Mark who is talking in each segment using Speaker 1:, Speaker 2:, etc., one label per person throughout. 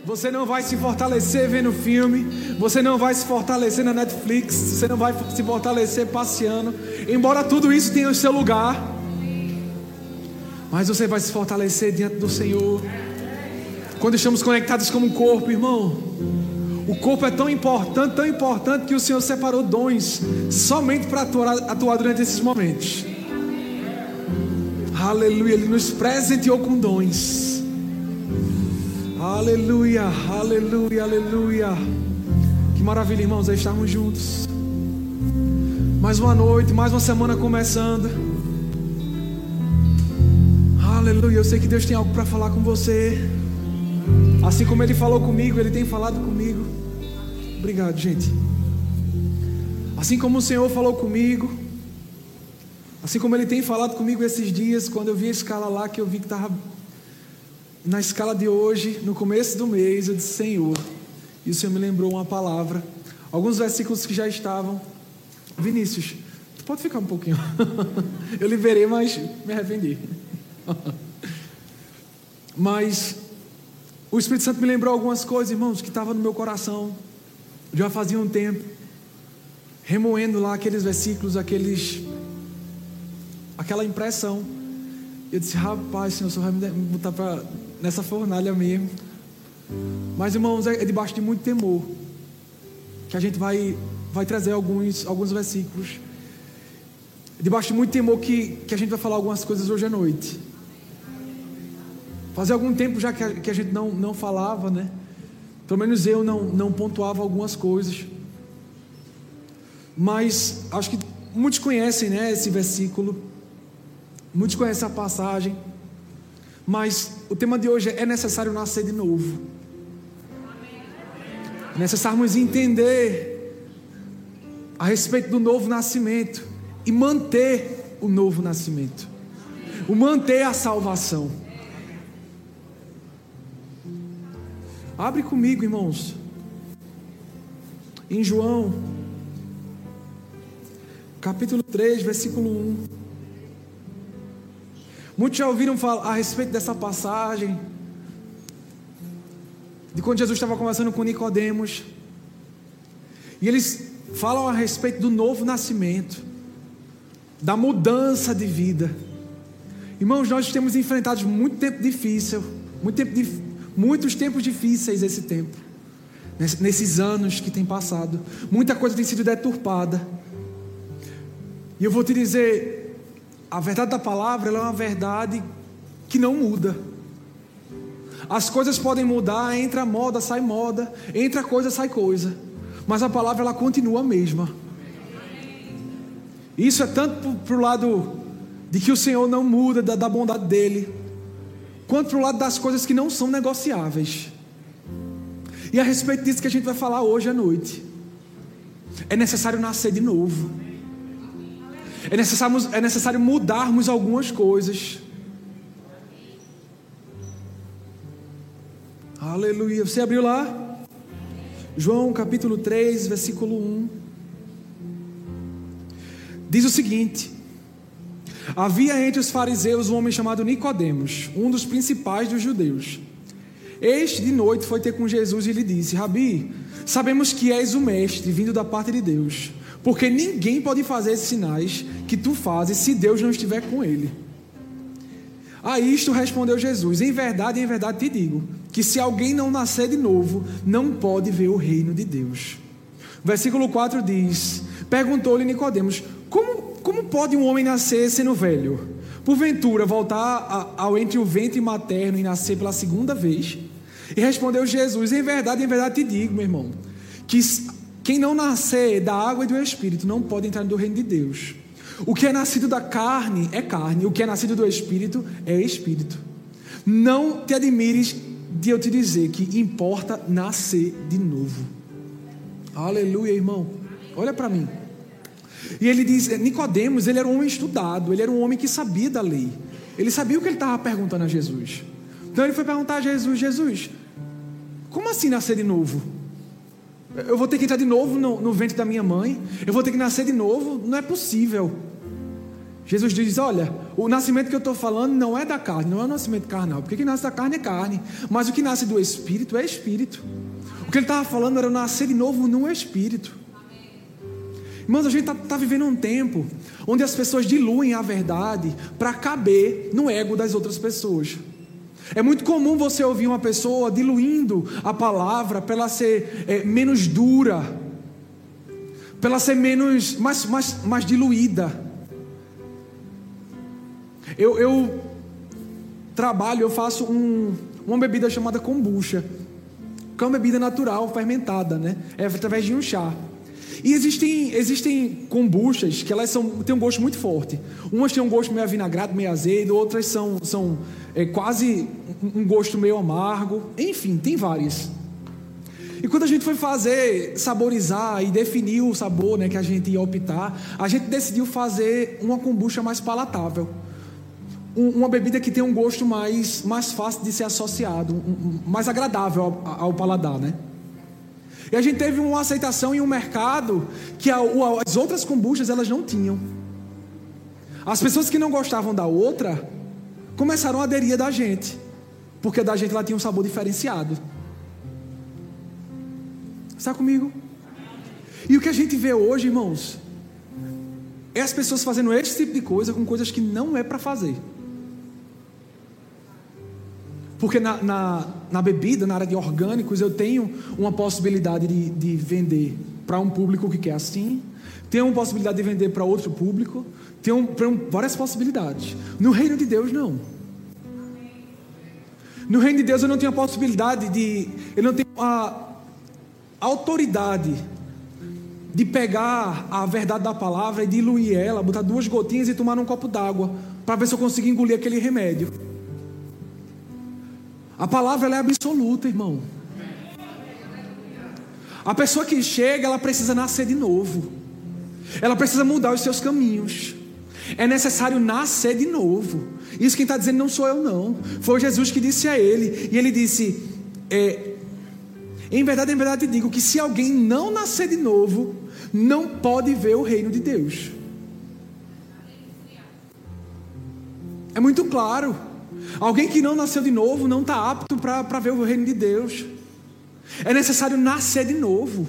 Speaker 1: Você não vai se fortalecer vendo filme. Você não vai se fortalecer na Netflix. Você não vai se fortalecer passeando. Embora tudo isso tenha o seu lugar, mas você vai se fortalecer diante do Senhor. Quando estamos conectados como um corpo, irmão, o corpo é tão importante que o Senhor separou dons somente para atuar durante esses momentos. Aleluia, Ele nos presenteou com dons. Aleluia, aleluia, aleluia. Que maravilha, irmãos, estarmos juntos. Mais uma noite, mais uma semana começando. Aleluia, eu sei que Deus tem algo para falar com você. Assim como Ele falou comigo, Ele tem falado comigo. Obrigado, gente. Assim como o Senhor falou comigo, assim como Ele tem falado comigo esses dias, quando eu vi a escala lá, que eu vi que estava na escala de hoje, no começo do mês, eu disse: Senhor, e o Senhor me lembrou uma palavra, alguns versículos que já estavam. Vinícius, tu pode ficar um pouquinho. Eu liberei, mas me arrependi. Mas o Espírito Santo me lembrou algumas coisas, irmãos, que estavam no meu coração já fazia um tempo, remoendo lá aqueles versículos, aquela impressão. Eu disse: rapaz, Senhor, você vai me botar nessa fornalha mesmo. Mas, irmãos, é debaixo de muito temor que a gente vai trazer alguns versículos. Debaixo de muito temor que a gente vai falar algumas coisas hoje à noite. Fazia algum tempo já que a gente não falava, né? Pelo menos eu não pontuava algumas coisas. Mas acho que muitos conhecem, né, esse versículo. Muitos conhecem a passagem. Mas o tema de hoje é necessário nascer de novo. É necessário entender a respeito do novo nascimento e manter o novo nascimento, o manter a salvação. Abre comigo, irmãos, em João capítulo 3, versículo 1. Muitos já ouviram falar a respeito dessa passagem, de quando Jesus estava conversando com Nicodemos, e eles falam a respeito do novo nascimento, da mudança de vida. Irmãos, nós temos enfrentado muito tempo difícil, muitos tempos difíceis esse tempo, nesses anos que tem passado. Muita coisa tem sido deturpada. E eu vou te dizer, a verdade da palavra, ela é uma verdade que não muda. As coisas podem mudar, entra moda, sai moda, entra coisa, sai coisa, mas a palavra, ela continua a mesma. Isso é tanto para o lado de que o Senhor não muda, da bondade dEle, quanto para o lado das coisas que não são negociáveis. E a respeito disso que a gente vai falar hoje à noite. É necessário nascer de novo. É necessário mudarmos algumas coisas. Aleluia. Você abriu lá? João capítulo 3, versículo 1. Diz o seguinte: havia entre os fariseus um homem chamado Nicodemos, um dos principais dos judeus. Este de noite foi ter com Jesus e lhe disse: Rabi, sabemos que és o mestre vindo da parte de Deus, porque ninguém pode fazer esses sinais que tu fazes se Deus não estiver com ele. A isto respondeu Jesus: em verdade te digo, que se alguém não nascer de novo, não pode ver o reino de Deus. O versículo 4 diz: perguntou-lhe Nicodemos: como pode um homem nascer sendo velho? Porventura voltar ao entre o ventre materno e nascer pela segunda vez? E respondeu Jesus: em verdade te digo, meu irmão, que quem não nascer da água e do Espírito não pode entrar no reino de Deus. O que é nascido da carne é carne, o que é nascido do Espírito é Espírito. Não te admires de eu te dizer que importa nascer de novo. Aleluia, irmão. Olha para mim. E ele diz, Nicodemos, ele era um homem estudado, ele era um homem que sabia da lei. Ele sabia o que ele estava perguntando a Jesus. Então ele foi perguntar a Jesus: Jesus, como assim nascer de novo? Eu vou ter que entrar de novo no ventre da minha mãe? Eu vou ter que nascer de novo? Não é possível. Jesus diz: olha, o nascimento que eu estou falando não é da carne, não é o nascimento carnal, porque o que nasce da carne é carne, mas o que nasce do Espírito é Espírito. O que ele estava falando era o nascer de novo no Espírito. Irmãos, a gente está vivendo um tempo onde as pessoas diluem a verdade para caber no ego das outras pessoas. É muito comum você ouvir uma pessoa diluindo a palavra para ela ser menos dura, para ela ser mais diluída. Eu faço uma bebida chamada kombucha, que é uma bebida natural, fermentada, né? É através de um chá. E existem kombuchas que elas têm um gosto muito forte. Umas têm um gosto meio avinagrado, meio azedo, outras são quase um gosto meio amargo. Enfim, tem várias. E quando a gente foi saborizar e definir o sabor, né, que a gente ia optar, a gente decidiu fazer uma kombucha mais palatável. Uma bebida que tem um gosto mais fácil de ser associado, mais agradável ao paladar, né? E a gente teve uma aceitação em um mercado que as outras kombuchas elas não tinham. As pessoas que não gostavam da outra começaram a aderir a da gente, porque a da gente ela tinha um sabor diferenciado. Está comigo? E o que a gente vê hoje, irmãos, é as pessoas fazendo esse tipo de coisa com coisas que não é para fazer. Porque na bebida, na área de orgânicos, eu tenho uma possibilidade de vender para um público que quer assim, tenho uma possibilidade de vender para outro público, tenho várias possibilidades. No reino de Deus, não. No reino de Deus eu não tenho a possibilidade eu não tenho a autoridade de pegar a verdade da palavra e diluir ela, botar 2 gotinhas e tomar num copo d'água, para ver se eu consigo engolir aquele remédio. A palavra ela é absoluta, irmão. A pessoa que chega, ela precisa nascer de novo. Ela precisa mudar os seus caminhos. É necessário nascer de novo. Isso quem está dizendo não sou eu não. Foi Jesus que disse a ele. E ele disse: em verdade te digo que se alguém não nascer de novo, não pode ver o reino de Deus. É muito claro. Alguém que não nasceu de novo não está apto para ver o reino de Deus. É necessário nascer de novo.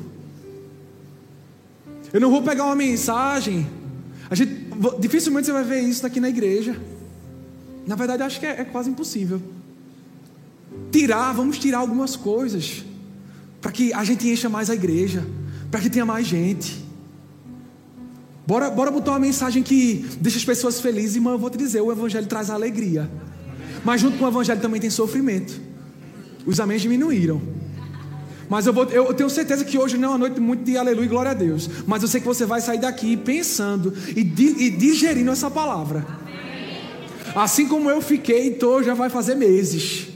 Speaker 1: Eu não vou pegar uma mensagem. Dificilmente você vai ver isso aqui na igreja. Na verdade, acho que é quase impossível. Vamos tirar algumas coisas para que a gente encha mais a igreja, para que tenha mais gente. Bora botar uma mensagem que deixa as pessoas felizes. Irmão, eu vou te dizer, o evangelho traz alegria. Mas junto com o evangelho também tem sofrimento. Os améns diminuíram. Mas eu tenho certeza que hoje não é uma noite muito de aleluia e glória a Deus. Mas eu sei que você vai sair daqui pensando e digerindo essa palavra. Assim como eu fiquei, então já vai fazer meses.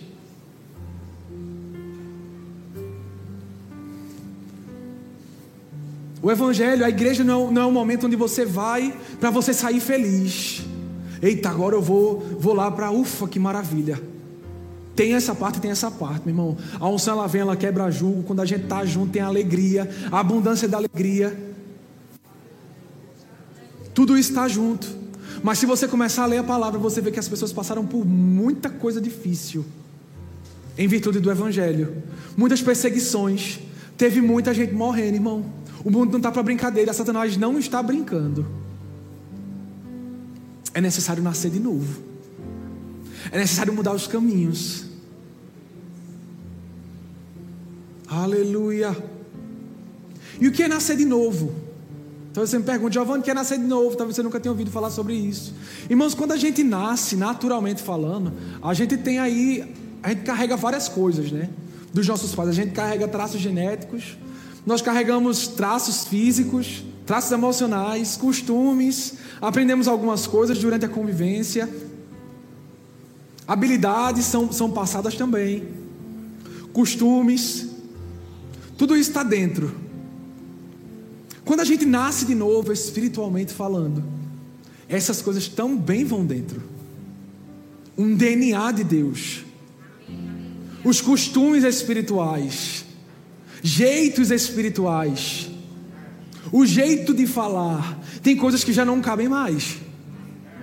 Speaker 1: O evangelho, a igreja não é um momento onde você vai para você sair feliz. Eita, agora eu vou lá para ufa, que maravilha. Tem essa parte e tem essa parte, meu irmão. A unção ela vem, ela quebra jugo. Quando a gente está junto tem a alegria, a abundância da alegria. Tudo isso está junto. Mas se você começar a ler a palavra, você vê que as pessoas passaram por muita coisa difícil em virtude do evangelho. Muitas perseguições. Teve muita gente morrendo, irmão. O mundo não está para brincadeira. Satanás não está brincando. É necessário nascer de novo. É necessário mudar os caminhos. Aleluia. E o que é nascer de novo? Então você me pergunta: Giovanni, o que é nascer de novo? Talvez você nunca tenha ouvido falar sobre isso. Irmãos, quando a gente nasce, naturalmente falando, a gente carrega várias coisas, né? Dos nossos pais. A gente carrega traços genéticos, nós carregamos traços físicos, traços emocionais, costumes, aprendemos algumas coisas durante a convivência, habilidades são passadas também, costumes, tudo isso está dentro. Quando a gente nasce de novo, espiritualmente falando, essas coisas também vão dentro. Um DNA de Deus, os costumes espirituais, jeitos espirituais, o jeito de falar. Tem coisas que já não cabem mais.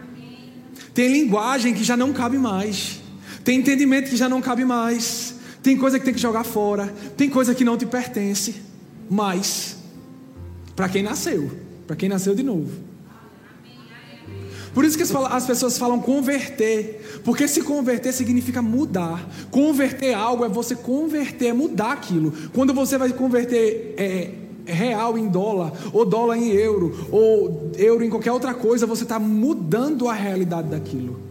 Speaker 1: Tem linguagem que já não cabe mais. Tem entendimento que já não cabe mais. Tem coisa que tem que jogar fora. Tem coisa que não te pertence mais. Para quem nasceu de novo. Por isso que as pessoas falam converter. Porque se converter significa mudar. Converter algo é você converter, é mudar aquilo. Quando você vai converter real em dólar, ou dólar em euro, ou euro em qualquer outra coisa, você está mudando a realidade daquilo.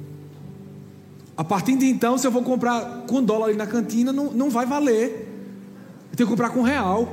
Speaker 1: A partir de então, se eu vou comprar com dólar ali na cantina, não vai valer. Eu tenho que comprar com real.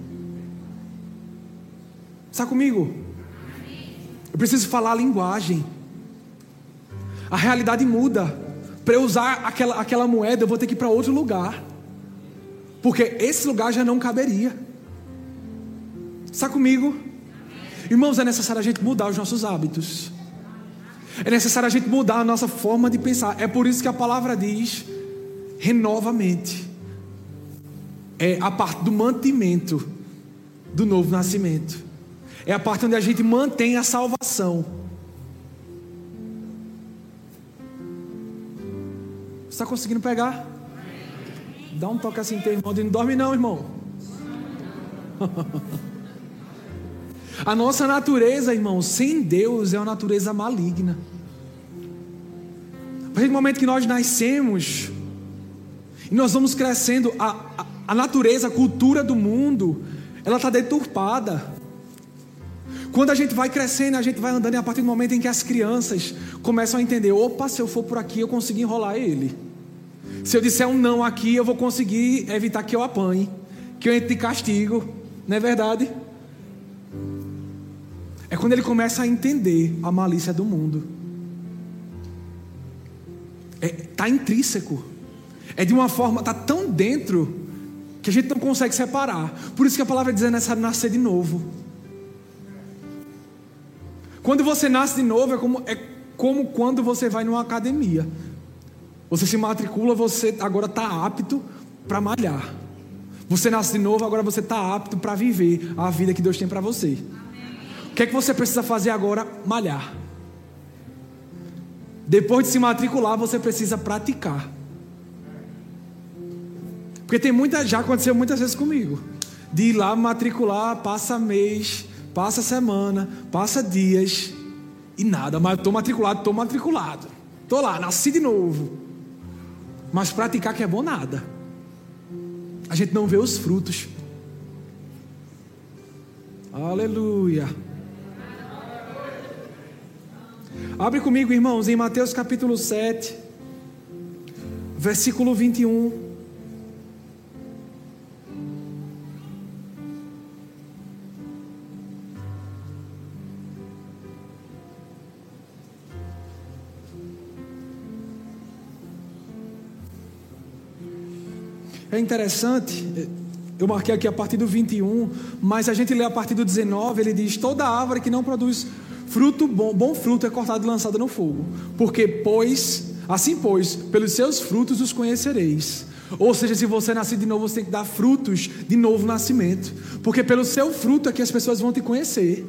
Speaker 1: Está comigo? Eu preciso falar a linguagem. A realidade muda. Para eu usar aquela moeda, eu vou ter que ir para outro lugar. Porque esse lugar já não caberia. Está comigo? Irmãos, é necessário a gente mudar os nossos hábitos. É necessário a gente mudar a nossa forma de pensar. É por isso que a palavra diz: renova a mente. É a parte do mantimento do novo nascimento. É a parte onde a gente mantém a salvação. Você está conseguindo pegar? Dá um toque assim, teu irmão. Não dorme não, irmão. A nossa natureza, irmão, sem Deus é uma natureza maligna. A partir do momento que nós nascemos e nós vamos crescendo, a natureza, a cultura do mundo, ela está deturpada. Quando a gente vai crescendo, a gente vai andando, e a partir do momento em que as crianças começam a entender: opa, se eu for por aqui eu consigo enrolar ele. Se eu disser um não aqui, eu vou conseguir evitar que eu apanhe, que eu entre de castigo. Não é verdade? É quando ele começa a entender a malícia do mundo. Está intrínseco. É de uma forma, está tão dentro, que a gente não consegue separar. Por isso que a palavra diz: é necessário nascer de novo. Quando você nasce de novo, é como quando você vai numa academia. Você se matricula, você agora está apto para malhar. Você nasce de novo, agora você está apto para viver a vida que Deus tem para você. O que é que você precisa fazer agora? Malhar. Depois de se matricular, você precisa praticar. Porque já aconteceu muitas vezes comigo, de ir lá matricular, passa mês, passa semana, passa dias e nada. Mas eu estou matriculado. Estou lá, nasci de novo. Mas praticar que é bom nada. A gente não vê os frutos. Aleluia. Abre comigo, irmãos, em Mateus capítulo 7, versículo 21. É interessante, eu marquei aqui a partir do 21, mas a gente lê a partir do 19, ele diz: toda árvore que não produz fruto bom fruto é cortada e lançada no fogo. Porque, assim, pelos seus frutos os conhecereis. Ou seja, se você nascer de novo, você tem que dar frutos de novo nascimento. Porque pelo seu fruto é que as pessoas vão te conhecer.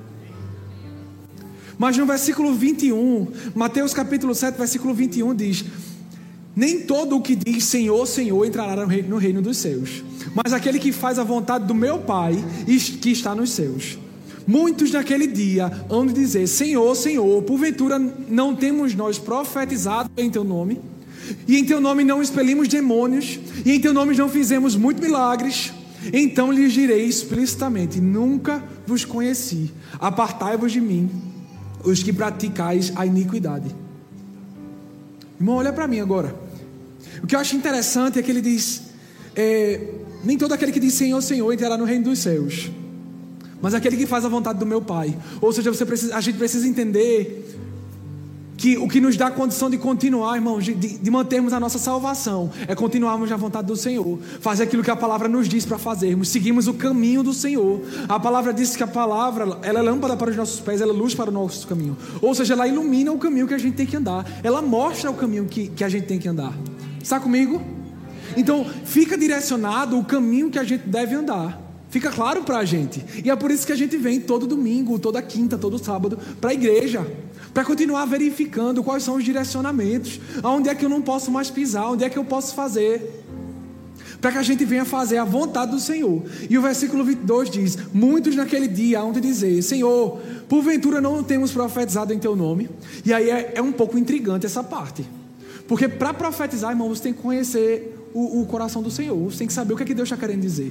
Speaker 1: Mas no versículo 21, Mateus capítulo 7, versículo 21 diz: nem todo o que diz Senhor, Senhor entrará no reino dos céus, mas aquele que faz a vontade do meu Pai que está nos céus. Muitos naquele dia hão de dizer: Senhor, Senhor, porventura não temos nós profetizado em teu nome? E em teu nome não expelimos demônios? E em teu nome não fizemos muitos milagres? Então lhes direi explicitamente: nunca vos conheci. Apartai-vos de mim, os que praticais a iniquidade. Irmão, olha para mim agora. O que eu acho interessante é que ele diz: nem todo aquele que diz Senhor, Senhor entrará no reino dos céus, mas aquele que faz a vontade do meu Pai. Ou seja, a gente precisa entender que o que nos dá a condição de continuar, irmãos, de mantermos a nossa salvação, é continuarmos na vontade do Senhor, fazer aquilo que a palavra nos diz para fazermos, seguirmos o caminho do Senhor. A palavra diz que a palavra, ela é lâmpada para os nossos pés, ela é luz para o nosso caminho. Ou seja, ela ilumina o caminho que a gente tem que andar, ela mostra o caminho que a gente tem que andar. Está comigo? Então, fica direcionado o caminho que a gente deve andar. Fica claro para a gente. E é por isso que a gente vem todo domingo, toda quinta, todo sábado para a igreja. para continuar verificando quais são os direcionamentos, aonde é que eu não posso mais pisar, onde é que eu posso fazer, para que a gente venha fazer a vontade do Senhor. E o versículo 22 diz: muitos naquele dia hão de dizer: Senhor, porventura não temos profetizado em teu nome? E aí é um pouco intrigante essa parte, porque para profetizar, irmão, você tem que conhecer o coração do Senhor, você tem que saber o que é que Deus está querendo dizer.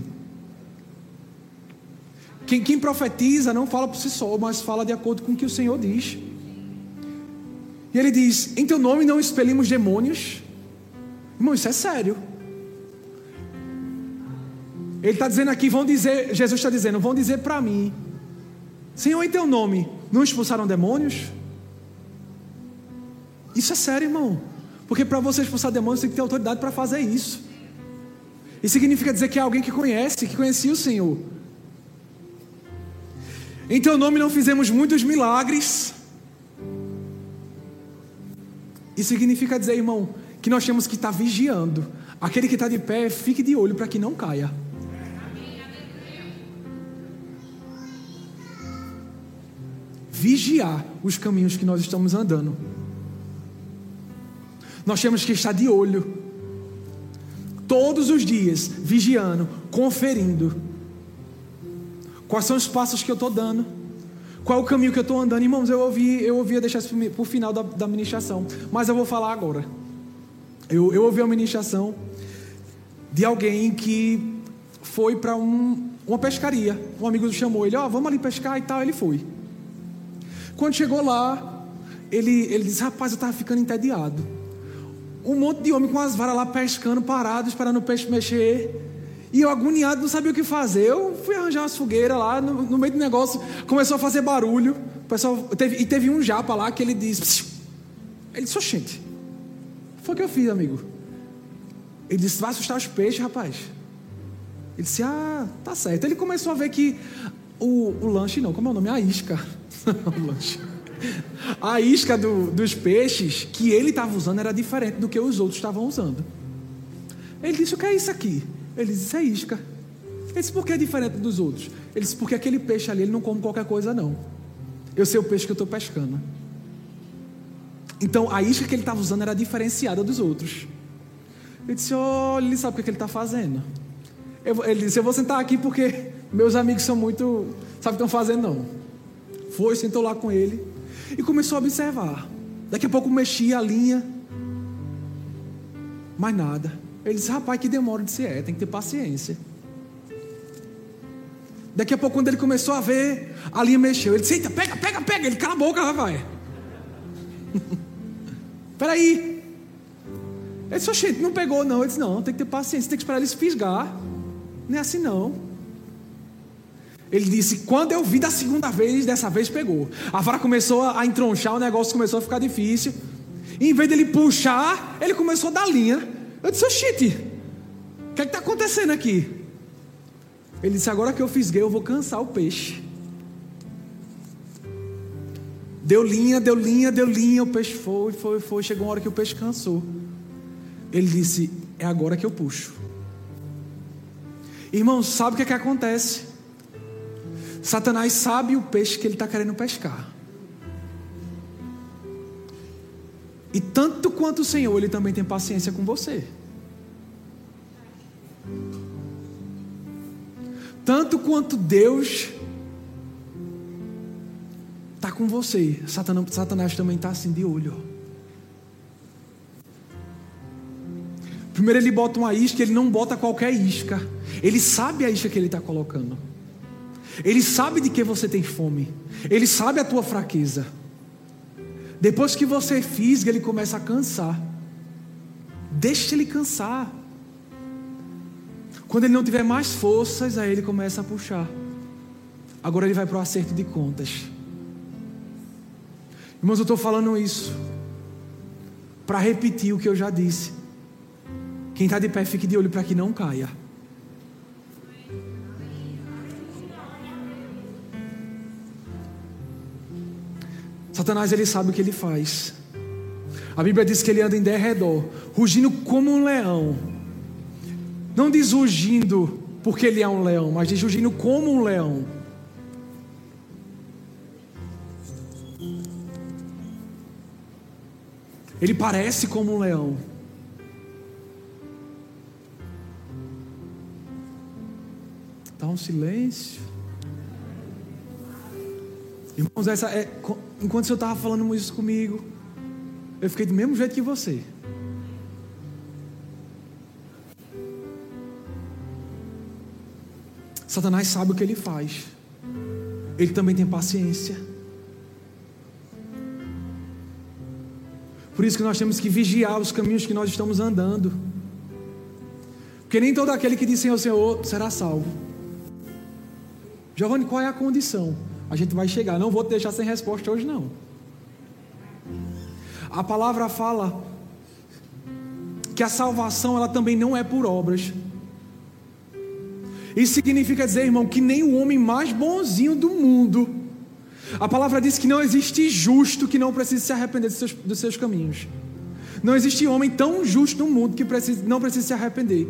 Speaker 1: Quem profetiza não fala por si só, mas fala de acordo com o que o Senhor diz. E ele diz: em teu nome não expelimos demônios. Irmão, isso é sério. Ele está dizendo aqui, Jesus está dizendo, vão dizer para mim: Senhor, em teu nome não expulsaram demônios? Isso é sério, irmão. Porque para você expulsar demônios, você tem que ter autoridade para fazer isso. Isso significa dizer que é alguém que conhecia o Senhor. Em teu nome não fizemos muitos milagres. Isso significa dizer, irmão, que nós temos que estar vigiando. Aquele que está de pé, fique de olho para que não caia. Vigiar os caminhos que nós estamos andando. Nós temos que estar de olho, todos os dias, vigiando, conferindo. Quais são os passos que eu estou dando? Qual é o caminho que eu estou andando? Irmãos, eu ouvia deixar isso para o final da ministração, mas eu vou falar agora. Eu ouvi uma ministração de alguém que foi para uma pescaria. Um amigo chamou ele: vamos ali pescar e tal. Ele foi. Quando chegou lá, ele disse: rapaz, eu estava ficando entediado. Um monte de homem com as varas lá pescando, parado, esperando o peixe mexer. E eu agoniado, não sabia o que fazer. Eu fui arranjar umas fogueiras lá, no meio do negócio, começou a fazer barulho. O pessoal, teve um japa lá que ele disse: oxente, foi o que eu fiz, amigo. Ele disse: vai assustar os peixes, rapaz. Ele disse: tá certo. Ele começou a ver que o lanche, não, como é o nome? A isca. O lanche. A isca dos peixes que ele estava usando era diferente do que os outros estavam usando. Ele disse: o que é isso aqui? Ele disse: isso é isca. Ele disse: por que é diferente dos outros? Ele disse: porque aquele peixe ali, ele não come qualquer coisa não. Eu sei o peixe que eu estou pescando. Então a isca que ele estava usando era diferenciada dos outros. Ele disse: olha, ele sabe o que ele está fazendo. Ele disse: eu vou sentar aqui porque meus amigos são muito... sabe o que estão fazendo não. Foi, sentou lá com ele e começou a observar. Daqui a pouco mexia a linha, mais nada. Ele disse: rapaz, que demora de ser. Tem que ter paciência. Daqui a pouco, quando ele começou a ver, a linha mexeu. Ele disse: eita, pega. Ele: cala a boca, rapaz. Peraí. Ele disse: oxente, não pegou não. Ele disse: não, tem que ter paciência, tem que esperar ele se fisgar. Não é assim não. Ele disse: quando eu vi da segunda vez, dessa vez pegou. A vara começou a entronchar, o negócio começou a ficar difícil. E em vez dele puxar, ele começou a dar linha. Eu disse: oxente, o que é que está acontecendo aqui? Ele disse: agora que eu fisguei, eu vou cansar o peixe. Deu linha, o peixe foi. Chegou uma hora que o peixe cansou. Ele disse: é agora que eu puxo. Irmãos, sabe o que acontece? Satanás sabe o peixe que ele está querendo pescar. E tanto quanto o Senhor, ele também tem paciência com você. Tanto quanto Deus está com você, Satanás também está assim de olho. Primeiro ele bota uma isca, ele não bota qualquer isca. Ele sabe a isca que ele está colocando. Ele sabe de que você tem fome. Ele sabe a tua fraqueza. Depois que você fisga, ele começa a cansar. Deixa ele cansar. Quando ele não tiver mais forças, aí ele começa a puxar. Agora ele vai para o acerto de contas. Irmãos, eu estou falando isso para repetir o que eu já disse. Quem está de pé, fique de olho para que não caia. Satanás, ele sabe o que ele faz. A Bíblia diz que ele anda em derredor, rugindo como um leão. Não diz rugindo porque ele é um leão, mas diz rugindo como um leão. Ele parece como um leão. Dá um silêncio. Irmãos, enquanto o Senhor estava falando isso comigo, eu fiquei do mesmo jeito que você. Satanás sabe o que ele faz. Ele também tem paciência. Por isso que nós temos que vigiar os caminhos que nós estamos andando. Porque nem todo aquele que diz Senhor, Senhor, será salvo. Giovanni, qual é a condição? A gente vai chegar. Não vou te deixar sem resposta hoje, não. A palavra fala que a salvação, ela também não é por obras. Isso significa dizer, irmão, que nem o homem mais bonzinho do mundo. A palavra diz que não existe justo que não precise se arrepender dos seus caminhos. Não existe homem tão justo no mundo que não precise se arrepender.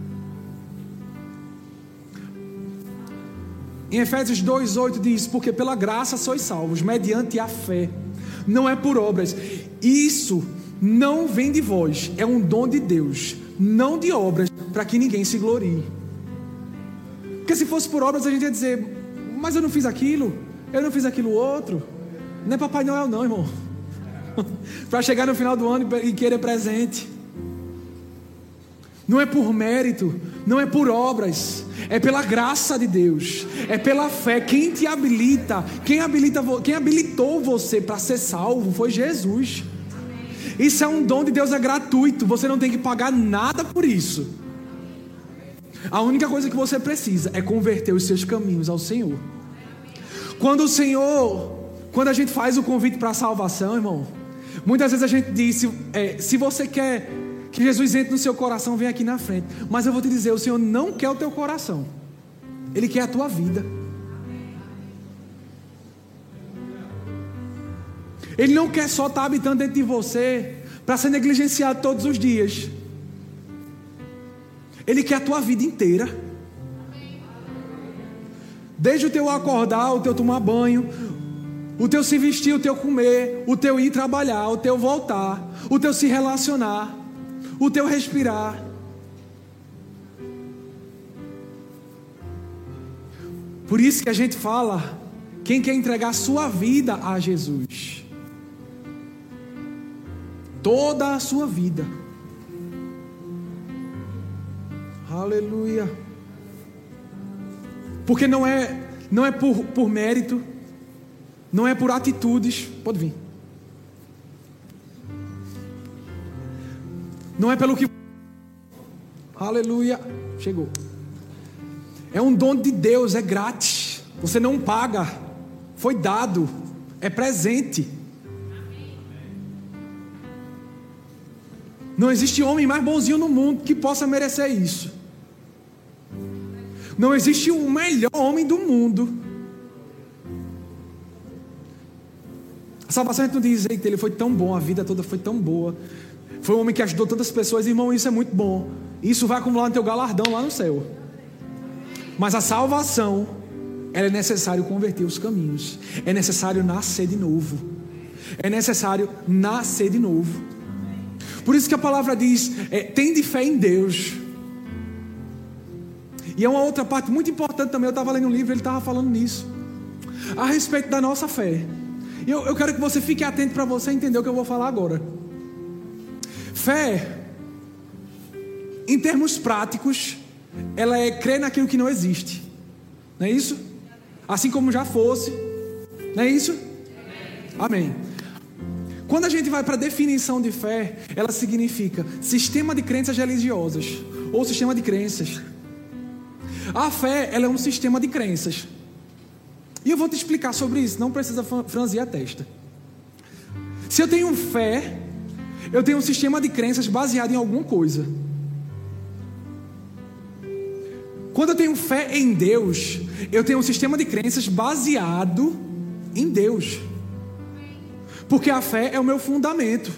Speaker 1: Em Efésios 2:8 diz: porque pela graça sois salvos, mediante a fé. Não é por obras. Isso não vem de vós, é um dom de Deus, não de obras, para que ninguém se glorie. Porque se fosse por obras a gente ia dizer: mas eu não fiz aquilo, eu não fiz aquilo outro. Não é Papai Noel não, irmão. Para chegar no final do ano e querer presente. Não é por mérito, não é por obras, é pela graça de Deus, é pela fé. Quem te habilita, quem habilitou você para ser salvo foi Jesus. Isso é um dom de Deus, é gratuito, você não tem que pagar nada por isso. A única coisa que você precisa é converter os seus caminhos ao Senhor. Quando a gente faz o convite para a salvação, irmão, muitas vezes a gente diz, se você quer que Jesus entre no seu coração, vem aqui na frente. Mas eu vou te dizer, o Senhor não quer o teu coração, Ele quer a tua vida. Ele não quer só estar habitando dentro de você para ser negligenciado todos os dias. Ele quer a tua vida inteira. Desde o teu acordar, o teu tomar banho, o teu se vestir, o teu comer, o teu ir trabalhar, o teu voltar, o teu se relacionar, o teu respirar. Por isso que a gente fala, quem quer entregar a sua vida a Jesus, toda a sua vida. Aleluia. Porque não é por mérito, não é por atitudes. Pode vir. Não é pelo que... Aleluia. Chegou. É um dom de Deus, é grátis. Você não paga. Foi dado. É presente. Não existe homem mais bonzinho no mundo que possa merecer isso. Não existe o melhor homem do mundo. A salvação a gente não diz, eita, ele foi tão bom, a vida toda foi tão boa. Foi um homem que ajudou tantas pessoas. Irmão, isso é muito bom. Isso vai acumular no teu galardão lá no céu. Mas a salvação, ela é necessário converter os caminhos. É necessário nascer de novo. É necessário nascer de novo. Por isso que a palavra diz, tende fé em Deus. E é uma outra parte muito importante também. Eu estava lendo um livro, ele estava falando nisso, a respeito da nossa fé. E eu quero que você fique atento para você entender o que eu vou falar agora. Fé, em termos práticos, ela é crer naquilo que não existe. Não é isso? Assim como já fosse. Não é isso? Amém. Quando a gente vai para a definição de fé, ela significa sistema de crenças religiosas ou sistema de crenças. A fé, ela é um sistema de crenças. E eu vou te explicar sobre isso, não precisa franzir a testa. Se eu tenho fé, eu tenho um sistema de crenças baseado em alguma coisa. Quando eu tenho fé em Deus, eu tenho um sistema de crenças baseado em Deus. Porque a fé é o meu fundamento.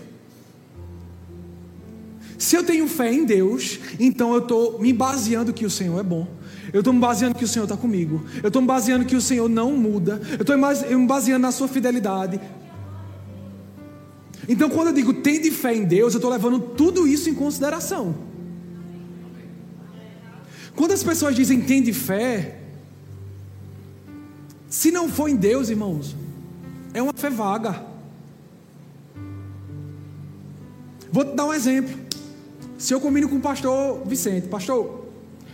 Speaker 1: Se eu tenho fé em Deus, então eu estou me baseando que o Senhor é bom. Eu estou me baseando que o Senhor está comigo. Eu estou me baseando que o Senhor não muda. Eu estou me baseando na sua fidelidade. Então, quando eu digo tende fé em Deus, eu estou levando tudo isso em consideração. Quando as pessoas dizem tende fé, se não for em Deus, irmãos, é uma fé vaga. Vou te dar um exemplo. Se eu combino com o pastor Vicente, pastor,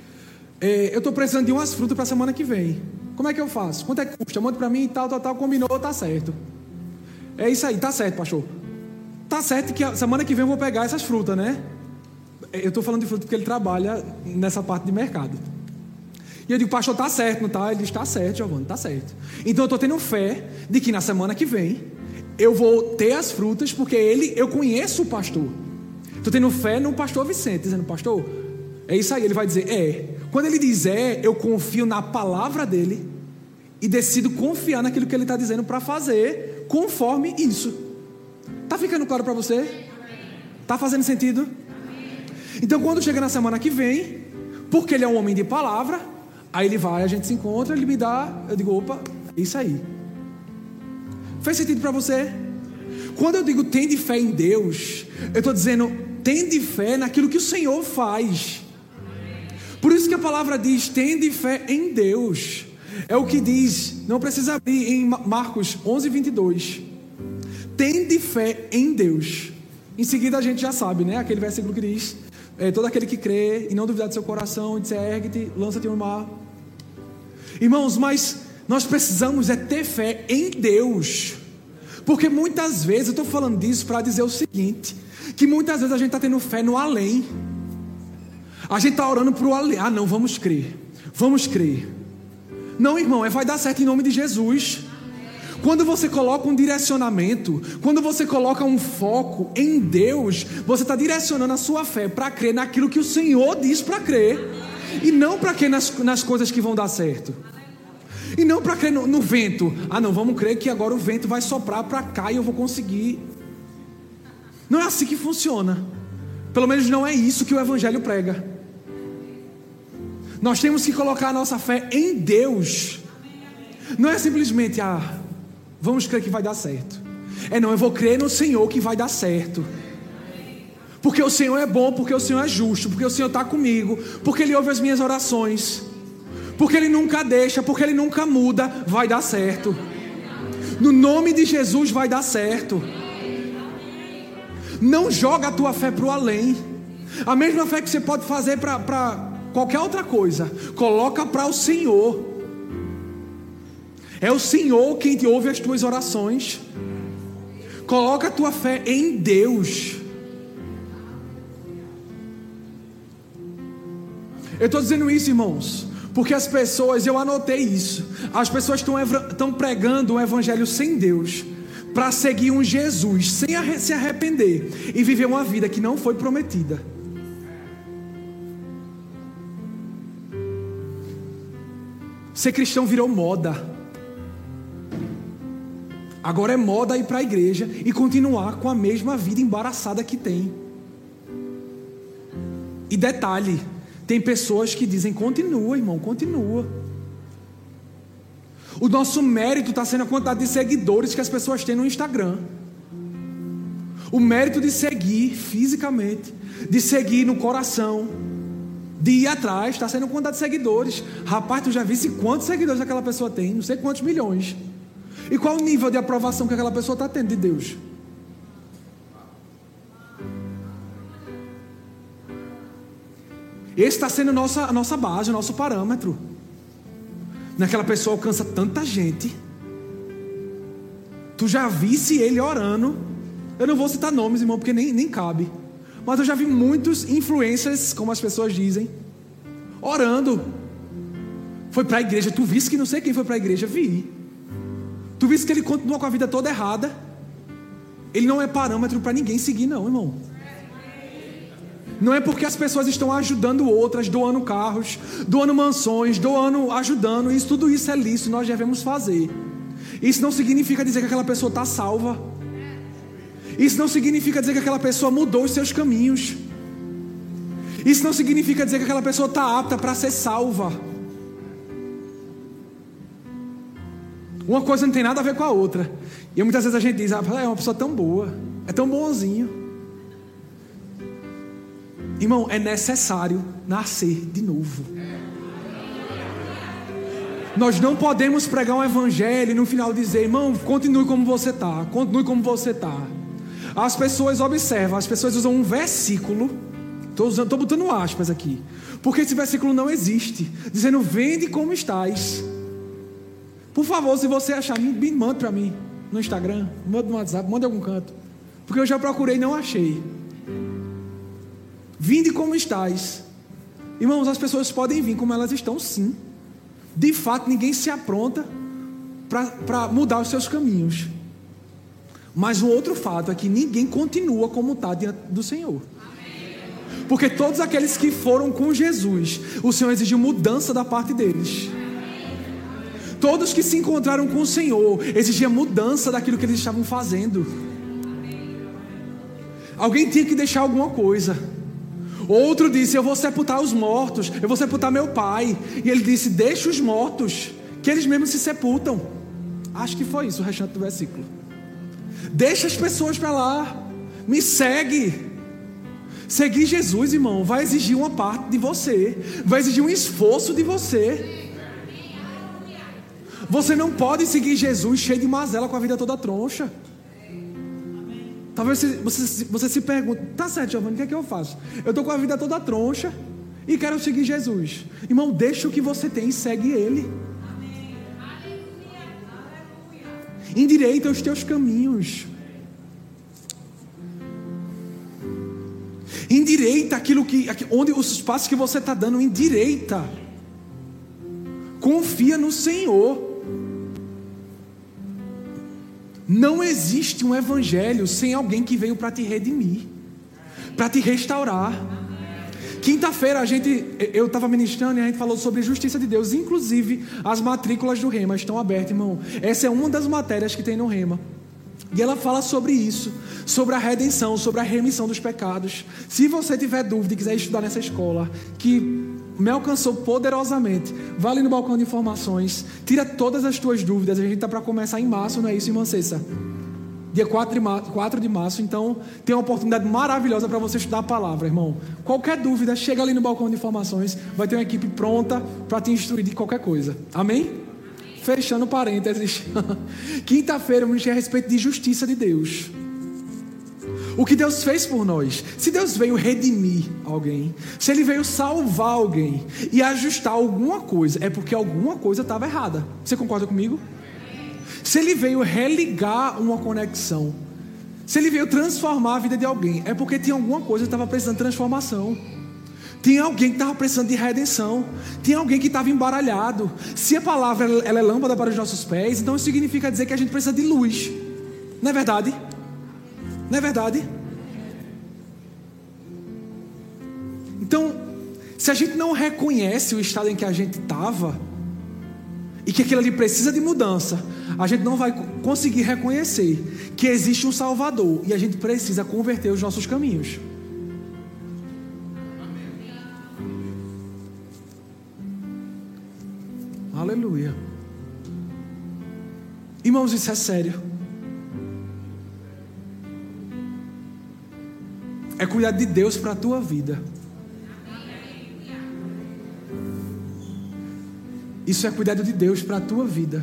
Speaker 1: eu estou precisando de umas frutas para a semana que vem. Como é que eu faço? Quanto é que custa? Manda para mim e tal, combinou, tá certo. É isso aí, tá certo, pastor. Tá certo que a semana que vem eu vou pegar essas frutas, né? Eu estou falando de fruta porque ele trabalha nessa parte de mercado. E eu digo, pastor, tá certo, não tá? Ele diz, tá certo, Giovanni, tá certo. Então eu estou tendo fé de que na semana que vem eu vou ter as frutas, porque eu conheço o pastor. Estou tendo fé no pastor Vicente, dizendo, pastor, é isso aí. Ele vai dizer, Quando ele diz eu confio na palavra dele e decido confiar naquilo que ele está dizendo para fazer conforme isso. Tá ficando claro para você? Tá fazendo sentido? Então quando chega na semana que vem, porque ele é um homem de palavra, aí ele vai, a gente se encontra, ele me dá, eu digo, opa, é isso aí. Fez sentido para você? Quando eu digo tende fé em Deus, eu estou dizendo tende fé naquilo que o Senhor faz. Por isso que a palavra diz tende fé em Deus. É o que diz, não precisa abrir, em Marcos 11:22. Tende fé em Deus. Em seguida a gente já sabe, né? Aquele versículo que diz, todo aquele que crê e não duvidar do seu coração, diz, ergue-te, lança-te no mar. Irmãos, mas nós precisamos ter fé em Deus. Porque muitas vezes, eu estou falando disso para dizer o seguinte, que muitas vezes a gente está tendo fé no além. A gente está orando para o além. Não, vamos crer. Vamos crer. Não, irmão, vai dar certo em nome de Jesus. Quando você coloca um direcionamento, quando você coloca um foco em Deus, você está direcionando a sua fé para crer naquilo que o Senhor diz para crer. E não para crer nas coisas que vão dar certo. E não para crer no vento. Não, vamos crer que agora o vento vai soprar para cá e eu vou conseguir. Não é assim que funciona. Pelo menos não é isso que o Evangelho prega. Nós temos que colocar a nossa fé em Deus. Não é simplesmente, vamos crer que vai dar certo. Não, eu vou crer no Senhor que vai dar certo. Porque o Senhor é bom, porque o Senhor é justo, porque o Senhor está comigo, porque Ele ouve as minhas orações, porque Ele nunca deixa, porque Ele nunca muda, vai dar certo. No nome de Jesus vai dar certo. Não joga a tua fé para o além. A mesma fé que você pode fazer para qualquer outra coisa, coloca para o Senhor. É o Senhor quem te ouve as tuas orações. Coloca a tua fé em Deus. Eu estou dizendo isso, irmãos, porque as pessoas, eu anotei isso, as pessoas estão pregando um evangelho sem Deus, para seguir um Jesus sem se arrepender e viver uma vida que não foi prometida. Ser cristão virou moda. Agora é moda ir para a igreja e continuar com a mesma vida embaraçada que tem. E detalhe, tem pessoas que dizem, continua, irmão, continua. O nosso mérito está sendo a quantidade de seguidores que as pessoas têm no Instagram. O mérito de seguir fisicamente, de seguir no coração, de ir atrás, está sendo a quantidade de seguidores. Rapaz, tu já viste quantos seguidores aquela pessoa tem? Não sei quantos milhões. E qual o nível de aprovação que aquela pessoa está tendo de Deus? Esse está sendo a nossa base, o nosso parâmetro. Naquela pessoa alcança tanta gente. Tu já visse ele orando. Eu não vou citar nomes, irmão, porque nem cabe. Mas eu já vi muitos influencers, como as pessoas dizem, orando. Foi para a igreja. Tu visse que não sei quem foi para a igreja. Vi. Tu visse que ele continua com a vida toda errada. Ele não é parâmetro para ninguém seguir, não, irmão. Não é porque as pessoas estão ajudando outras, doando carros, doando mansões, ajudando. Tudo isso é lícito, nós devemos fazer. Isso não significa dizer que aquela pessoa está salva. Isso não significa dizer que aquela pessoa mudou os seus caminhos. Isso não significa dizer que aquela pessoa está apta para ser salva. Uma coisa não tem nada a ver com a outra. E muitas vezes a gente diz, é uma pessoa tão boa, é tão bonzinho. Irmão, é necessário nascer de novo. Nós não podemos pregar um evangelho e no final dizer, irmão, continue como você está, continue como você está. As pessoas observam, as pessoas usam um versículo, estou botando aspas aqui, porque esse versículo não existe, dizendo, vende como estás. Por favor, se você achar, me manda para mim, no Instagram, manda no WhatsApp, manda em algum canto, porque eu já procurei e não achei. Vinde como estás. Irmãos, as pessoas podem vir como elas estão, sim. De fato, ninguém se apronta para mudar os seus caminhos. Mas um outro fato é que ninguém continua como está diante do Senhor. Porque todos aqueles que foram com Jesus, o Senhor exigiu mudança da parte deles. Todos que se encontraram com o Senhor, exigia mudança daquilo que eles estavam fazendo. Alguém tinha que deixar alguma coisa. Outro disse, eu vou sepultar os mortos, eu vou sepultar meu pai. E ele disse, deixa os mortos, que eles mesmos se sepultam. Acho que foi isso o restante do versículo. Deixa as pessoas para lá, me segue. Seguir Jesus, irmão, vai exigir uma parte de você, vai exigir um esforço de você. Você não pode seguir Jesus cheio de mazela, com a vida toda troncha. Talvez você se pergunte, tá certo, Giovanni, o que é que eu faço? Eu estou com a vida toda troncha e quero seguir Jesus. Irmão, deixa o que você tem e segue Ele. Endireita os teus caminhos. Endireita onde os passos que você está dando, endireita. Confia no Senhor. Não existe um evangelho sem alguém que veio para te redimir, para te restaurar. Quinta-feira eu estava ministrando e a gente falou sobre a justiça de Deus. Inclusive as matrículas do Rema estão abertas, irmão. Essa é uma das matérias que tem no Rema. E ela fala sobre isso, sobre a redenção, sobre a remissão dos pecados. Se você tiver dúvida e quiser estudar nessa escola, que me alcançou poderosamente, vai ali no balcão de informações, tira todas as tuas dúvidas. A gente está para começar em março, não é isso, irmã Cessa? Dia 4 de março, então tem uma oportunidade maravilhosa para você estudar a palavra, irmão. Qualquer dúvida, chega ali no balcão de informações, vai ter uma equipe pronta para te instruir de qualquer coisa, amém? Fechando parênteses, quinta-feira eu ministrei a respeito de justiça de Deus. O que Deus fez por nós. Se Deus veio redimir alguém, se Ele veio salvar alguém e ajustar alguma coisa, é porque alguma coisa estava errada. Você concorda comigo? Se Ele veio religar uma conexão, se Ele veio transformar a vida de alguém, é porque tinha alguma coisa que estava precisando de transformação. Tinha alguém que estava precisando de redenção. Tinha alguém que estava embaralhado. Se a palavra ela é lâmpada para os nossos pés, então isso significa dizer que a gente precisa de luz. Não é verdade? Não é verdade? Então, se a gente não reconhece o estado em que a gente estava e que aquilo ali precisa de mudança, a gente não vai conseguir reconhecer que existe um Salvador e a gente precisa converter os nossos caminhos. Aleluia. Irmãos, isso é sério. É cuidar de Deus para a tua vida. Isso é cuidado de Deus para a tua vida.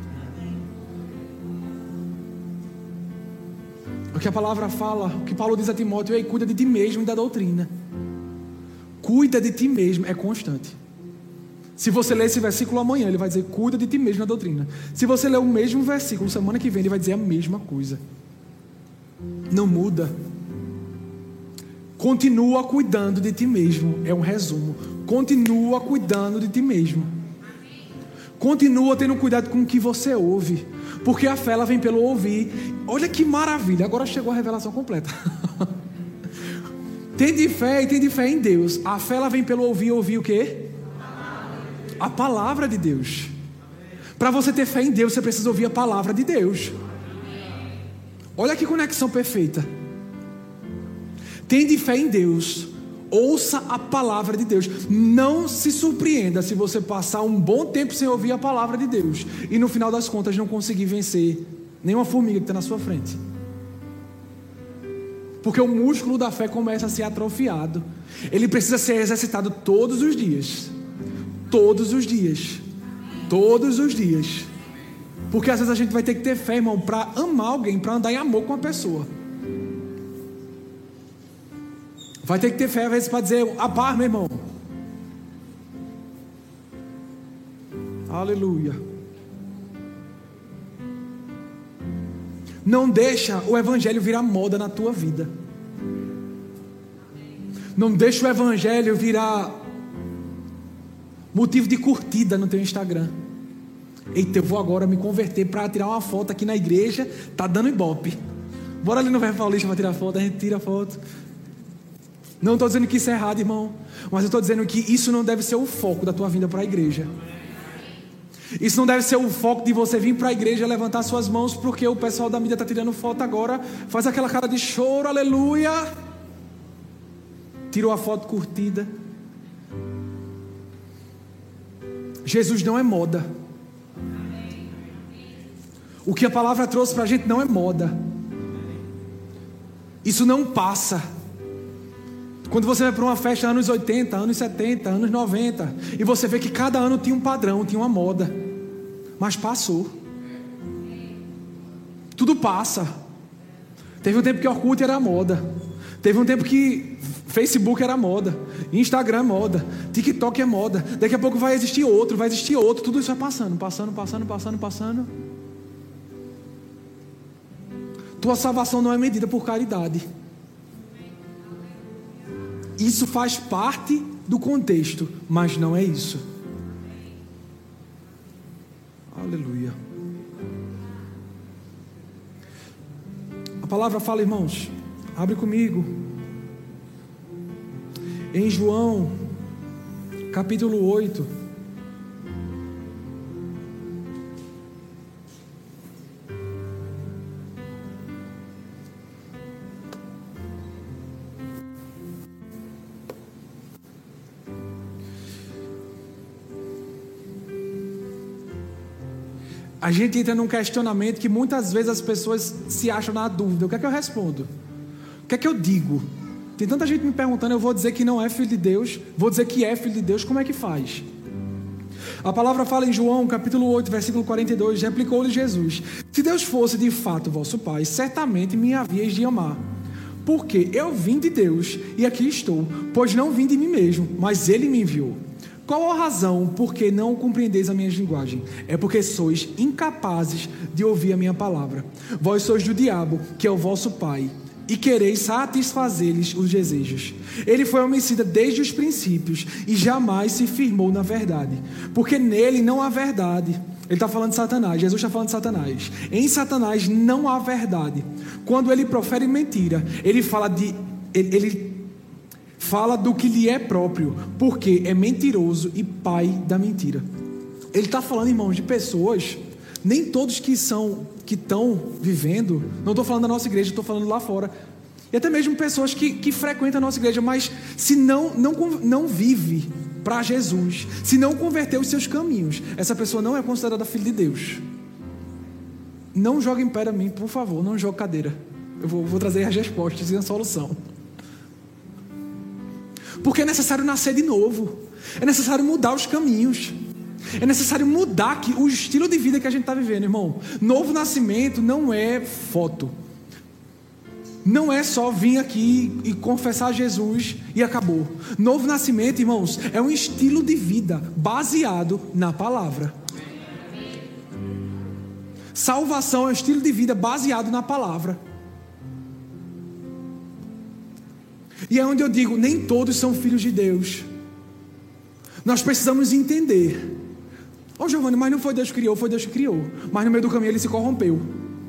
Speaker 1: O que a palavra fala, o que Paulo diz a Timóteo, é cuida de ti mesmo e da doutrina. Cuida de ti mesmo, é constante. Se você ler esse versículo amanhã, ele vai dizer, cuida de ti mesmo na doutrina. Se você ler o mesmo versículo, semana que vem, ele vai dizer a mesma coisa. Não muda. Continua cuidando de ti mesmo, é um resumo. Continua cuidando de ti mesmo. Continua tendo cuidado com o que você ouve, porque a fé ela vem pelo ouvir. Olha que maravilha, agora chegou a revelação completa. Tende fé e tende fé em Deus. A fé ela vem pelo ouvir o quê? A palavra de Deus. Para você ter fé em Deus, você precisa ouvir a palavra de Deus. Olha que conexão perfeita. Tende fé em Deus, Ouça a palavra de Deus. Não se surpreenda se você passar um bom tempo sem ouvir a palavra de Deus e no final das contas não conseguir vencer nenhuma formiga que está na sua frente. Porque o músculo da fé começa a ser atrofiado. Ele precisa ser exercitado todos os dias. Todos os dias. Todos os dias. Porque às vezes a gente vai ter que ter fé, irmão, para amar alguém, para andar em amor com a pessoa. Vai ter que ter fé às vezes para dizer a paz, meu irmão. Aleluia. Não deixa o evangelho virar moda na tua vida. Não deixa o evangelho virar motivo de curtida no teu Instagram. Eita, eu vou agora me converter para tirar uma foto aqui na igreja. Tá dando ibope. Bora ali no Verbo Paulista para tirar foto. A gente tira a foto. Não estou dizendo que isso é errado, irmão, mas eu estou dizendo que isso não deve ser o foco da tua vinda para a igreja. Isso não deve ser o foco de você vir para a igreja levantar suas mãos porque o pessoal da mídia está tirando foto agora, faz aquela cara de choro, aleluia, tirou a foto curtida. Jesus não é moda. O que a palavra trouxe para a gente não é moda. Isso não passa. Quando você vai para uma festa anos 80, anos 70, anos 90, e você vê que cada ano tinha um padrão, tinha uma moda, mas passou. Tudo passa. Teve um tempo que Orkut era moda, teve um tempo que Facebook era moda, Instagram é moda, TikTok é moda, daqui a pouco vai existir outro, tudo isso vai passando. Tua salvação não é medida por caridade. Isso faz parte do contexto, mas não é isso. Aleluia. A palavra fala, irmãos, abre comigo, em João, capítulo 8. A gente entra num questionamento que muitas vezes as pessoas se acham na dúvida. O que é que eu respondo? O que é que eu digo? Tem tanta gente me perguntando, eu vou dizer que não é filho de Deus, vou dizer que é filho de Deus, como é que faz? A palavra fala em João, capítulo 8, versículo 42, replicou-lhe Jesus: se Deus fosse de fato vosso Pai, certamente me havíeis de amar, porque eu vim de Deus e aqui estou, pois não vim de mim mesmo, mas Ele me enviou. Qual a razão por que não compreendeis a minha linguagem? É porque sois incapazes de ouvir a minha palavra. Vós sois do diabo, que é o vosso pai, e quereis satisfazer-lhes os desejos. Ele foi homicida desde os princípios e jamais se firmou na verdade, porque nele não há verdade. Ele está falando de Satanás, Jesus está falando de Satanás. Em Satanás não há verdade. Quando ele profere mentira, ele fala do que lhe é próprio, porque é mentiroso e pai da mentira. Ele está falando, irmãos, de pessoas, nem todos que estão vivendo, não estou falando da nossa igreja, estou falando lá fora, e até mesmo pessoas que frequentam a nossa igreja, mas se não vive para Jesus, se não converteu os seus caminhos, essa pessoa não é considerada filho de Deus. Não jogue em pé a mim, por favor, não jogue cadeira. Eu vou trazer as respostas e a solução. Porque é necessário nascer de novo, é necessário mudar os caminhos, é necessário mudar o estilo de vida que a gente está vivendo, irmão. Novo nascimento não é foto, não é só vir aqui e confessar Jesus e acabou. Novo nascimento, irmãos, é um estilo de vida baseado na palavra. Salvação é um estilo de vida baseado na palavra. E é onde eu digo, nem todos são filhos de Deus. Nós precisamos entender. Giovanni, mas não foi Deus que criou, foi Deus que criou. Mas no meio do caminho ele se corrompeu.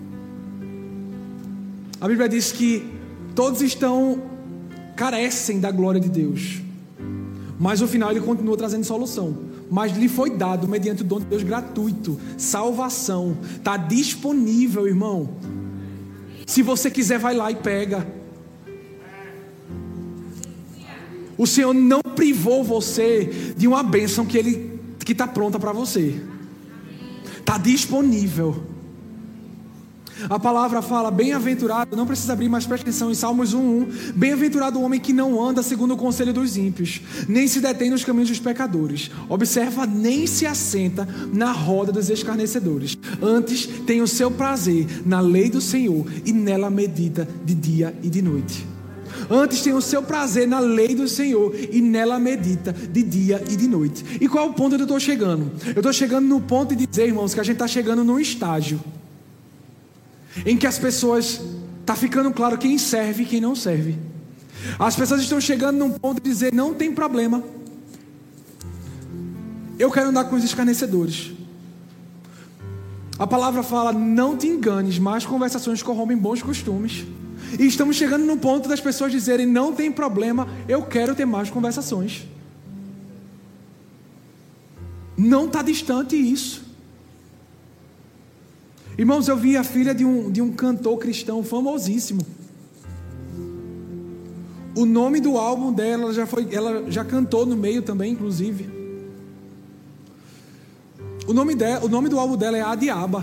Speaker 1: A Bíblia diz que todos carecem da glória de Deus. Mas no final ele continua trazendo solução. Mas lhe foi dado mediante o dom de Deus gratuito. Salvação. Está disponível, irmão. Se você quiser, vai lá e pega. O Senhor não privou você de uma bênção que está pronta para você. Está disponível. A palavra fala, bem-aventurado, não precisa abrir, mas presta atenção em Salmos 1:1. Bem-aventurado o homem que não anda segundo o conselho dos ímpios, nem se detém nos caminhos dos pecadores. Observa, nem se assenta na roda dos escarnecedores. Antes tem o seu prazer na lei do Senhor e nela medita de dia e de noite. Antes tem o seu prazer na lei do Senhor e nela medita de dia e de noite. E qual é o ponto onde eu estou chegando? Eu estou chegando no ponto de dizer, irmãos, que a gente está chegando num estágio em que as pessoas, está ficando claro quem serve e quem não serve. As pessoas estão chegando num ponto de dizer, não tem problema, eu quero andar com os escarnecedores. A palavra fala, não te enganes, más conversações corrompem bons costumes. E estamos chegando no ponto das pessoas dizerem, não tem problema, eu quero ter mais conversações. Não está distante isso. Irmãos, eu vi a filha de um cantor cristão famosíssimo. O nome do álbum dela, ela já cantou no meio também, inclusive. O nome do álbum dela é A Diaba.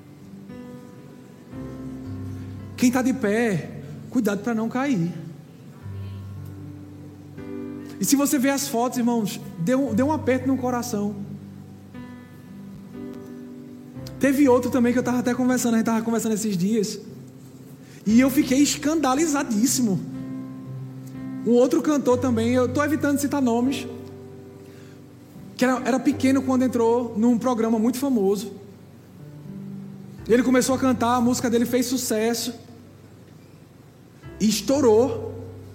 Speaker 1: Quem está de pé, cuidado para não cair. E se você ver as fotos, irmãos, deu um aperto no coração. Teve outro também que eu estava até conversando, a gente estava conversando esses dias, e eu fiquei escandalizadíssimo. Um outro cantor também, eu estou evitando citar nomes, que era pequeno quando entrou num programa muito famoso. Ele começou a cantar, a música dele fez sucesso, e estourou.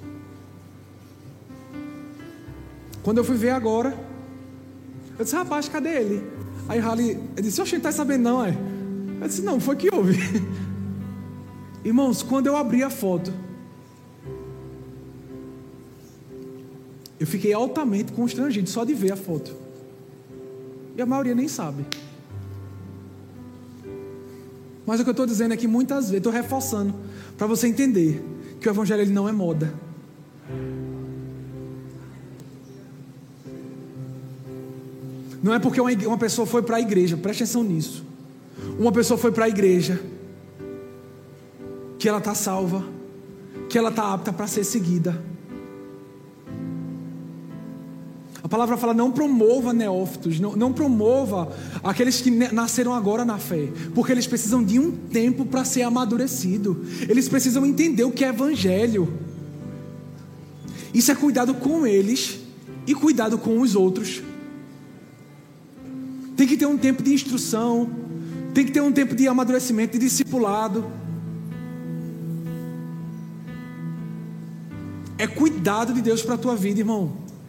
Speaker 1: Quando eu fui ver agora, eu disse, rapaz, cadê ele? Aí Rally, eu disse, oxe, não está sabendo não, é? Eu disse, não, foi que houve. Irmãos, quando eu abri a foto, eu fiquei altamente constrangido só de ver a foto. E a maioria nem sabe. Mas o que eu estou dizendo é que muitas vezes, estou reforçando, para você entender que o evangelho ele não é moda. Não é porque uma pessoa foi para a igreja, preste atenção nisso. Uma pessoa foi para a igreja, que ela está salva, que ela está apta para ser seguida. A palavra fala, não promova neófitos, não promova aqueles que nasceram agora na fé, porque eles precisam de um tempo para ser amadurecido. Eles precisam entender o que é evangelho. Isso é cuidado com eles e cuidado com os outros. Tem que ter um tempo de instrução, tem que ter um tempo de amadurecimento, de discipulado. É cuidado de Deus para a tua vida, irmão.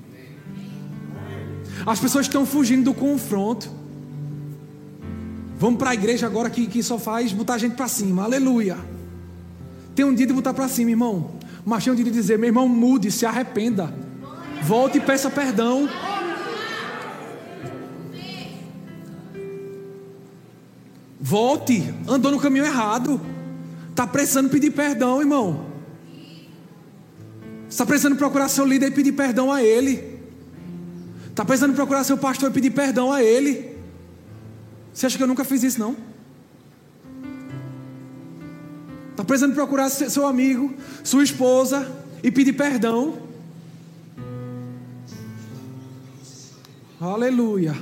Speaker 1: As pessoas estão fugindo do confronto. Vamos para a igreja agora que só faz botar a gente para cima, aleluia. Tem um dia de botar para cima, irmão, mas tem um dia de dizer, meu irmão, mude, se arrependa, volte e peça perdão. Volte, andou no caminho errado. Está precisando pedir perdão, irmão. Está precisando procurar seu líder e pedir perdão a ele. Está precisando procurar seu pastor e pedir perdão a ele. Você acha que eu nunca fiz isso, não? Está precisando procurar seu amigo, sua esposa e pedir perdão. Aleluia.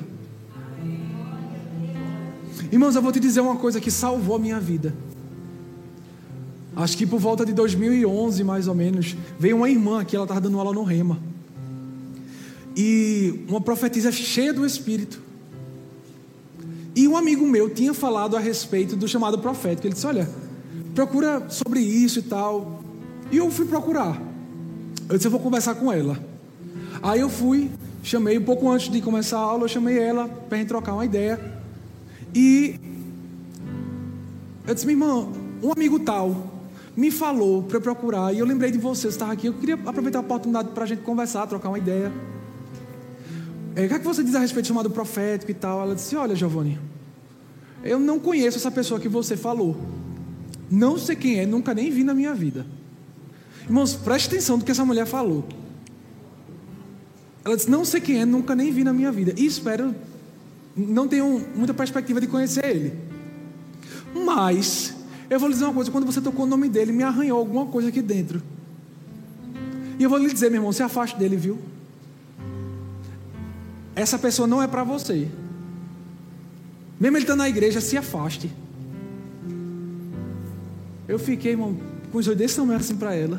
Speaker 1: Irmãos, eu vou te dizer uma coisa que salvou a minha vida. Acho que por volta de 2011, mais ou menos, veio uma irmã aqui, ela estava dando aula no Rema. E uma profetisa cheia do Espírito. E um amigo meu tinha falado a respeito do chamado profético. Ele disse, olha, procura sobre isso e tal. E eu fui procurar. Eu disse, eu vou conversar com ela. Aí eu fui, chamei, um pouco antes de começar a aula, eu chamei ela para a gente trocar uma ideia. E eu disse, minha irmã, um amigo tal me falou para eu procurar, e eu lembrei de você estava aqui, eu queria aproveitar a oportunidade para a gente conversar, trocar uma ideia. O que é que você diz a respeito do chamado profético e tal? Ela disse, olha, Giovanni, eu não conheço essa pessoa que você falou, não sei quem é, nunca nem vi na minha vida. Irmãos, preste atenção do que essa mulher falou. Ela disse, não sei quem é, nunca nem vi na minha vida. E espero, não tenho muita perspectiva de conhecer ele. Mas, eu vou lhe dizer uma coisa, quando você tocou o nome dele, me arranhou alguma coisa aqui dentro. E eu vou lhe dizer, meu irmão, se afaste dele, viu? Essa pessoa não é para você. Mesmo ele estando na igreja, se afaste. Eu fiquei, irmão, com os olhos desse tamanho assim para ela.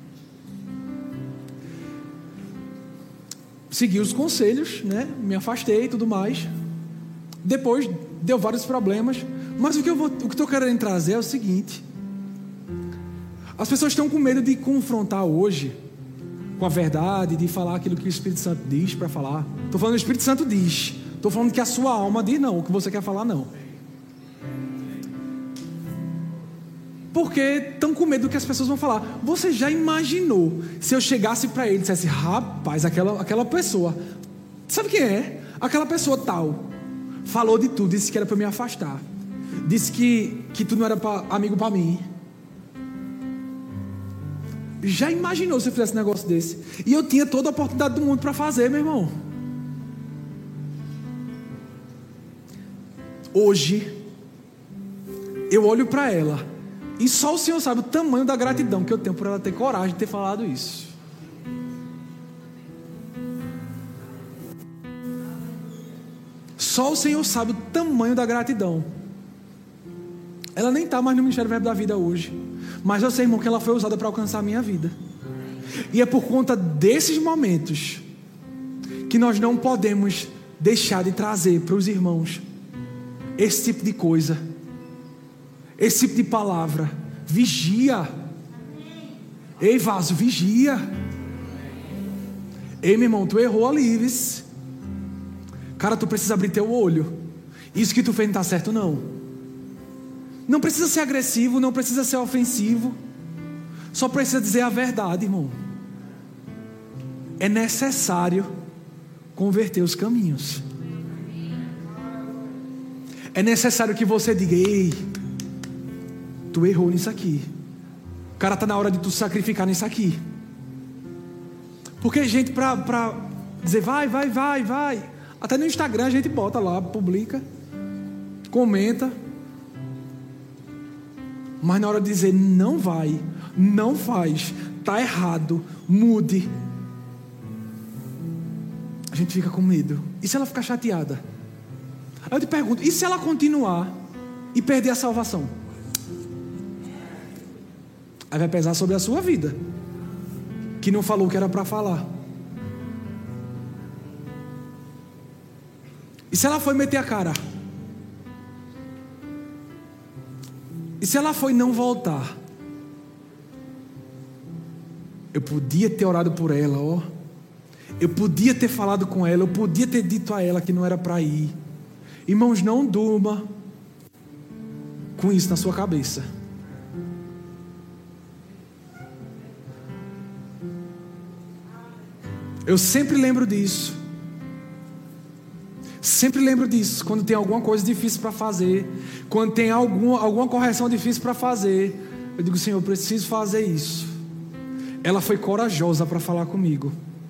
Speaker 1: Segui os conselhos, né? Me afastei e tudo mais. Depois deu vários problemas. Mas o que eu estou querendo trazer é o seguinte: as pessoas estão com medo de confrontar hoje com a verdade, de falar aquilo que o Espírito Santo diz para falar. Estou falando que o Espírito Santo diz. Estou falando que a sua alma diz não, o que você quer falar não. Porque estão com medo do que as pessoas vão falar. Você já imaginou se eu chegasse para ele e dissesse, rapaz, aquela pessoa, sabe quem é? Aquela pessoa tal, falou de tudo, disse que era para me afastar, disse que tu não era amigo para mim. Já imaginou se eu fizesse um negócio desse? E eu tinha toda a oportunidade do mundo para fazer, meu irmão. Hoje eu olho para ela e só o Senhor sabe o tamanho da gratidão que eu tenho por ela ter coragem de ter falado isso. Só o Senhor sabe o tamanho da gratidão. Ela nem está mais no Ministério Verbo da Vida hoje, mas eu sei, irmão, que ela foi usada para alcançar a minha vida. E é por conta desses momentos que nós não podemos deixar de trazer para os irmãos esse tipo de coisa, esse tipo de palavra. Vigia. Ei, vaso, vigia. Ei, meu irmão, tu errou ali, vis. Cara, tu precisa abrir teu olho. Isso que tu fez não está certo, não. Não precisa ser agressivo, não precisa ser ofensivo. Só precisa dizer a verdade, irmão. É necessário converter os caminhos. É necessário que você diga, ei, tu errou nisso aqui. O cara está na hora de tu sacrificar nisso aqui. Porque gente para dizer vai. Até no Instagram a gente bota lá, publica, comenta. Mas na hora de dizer não vai, não faz, está errado, mude, a gente fica com medo. E se ela ficar chateada? Aí eu te pergunto, e se ela continuar e perder a salvação? Aí vai pesar sobre a sua vida, que não falou o que era para falar. E se ela foi meter a cara? E se ela foi não voltar? Eu podia ter orado por ela, ó. Eu podia ter falado com ela, eu podia ter dito a ela que não era para ir. Irmãos, não durma com isso na sua cabeça. Eu sempre lembro disso. Sempre lembro disso. Quando tem alguma coisa difícil para fazer, quando tem alguma correção difícil para fazer, eu digo, Senhor, eu preciso fazer isso. Ela foi corajosa para falar comigo.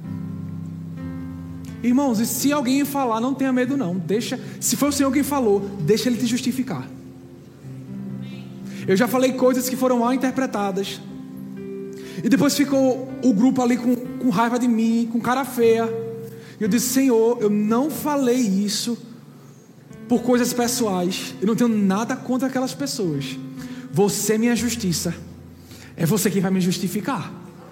Speaker 1: Irmãos, e se alguém falar, não tenha medo não. Deixa, se foi o Senhor quem falou, deixa Ele te justificar. Eu já falei coisas que foram mal interpretadas. E depois ficou o grupo ali com raiva de mim, com cara feia. E eu disse, Senhor, eu não falei isso por coisas pessoais. Eu não tenho nada contra aquelas pessoas. Você é minha justiça. É você quem vai me justificar.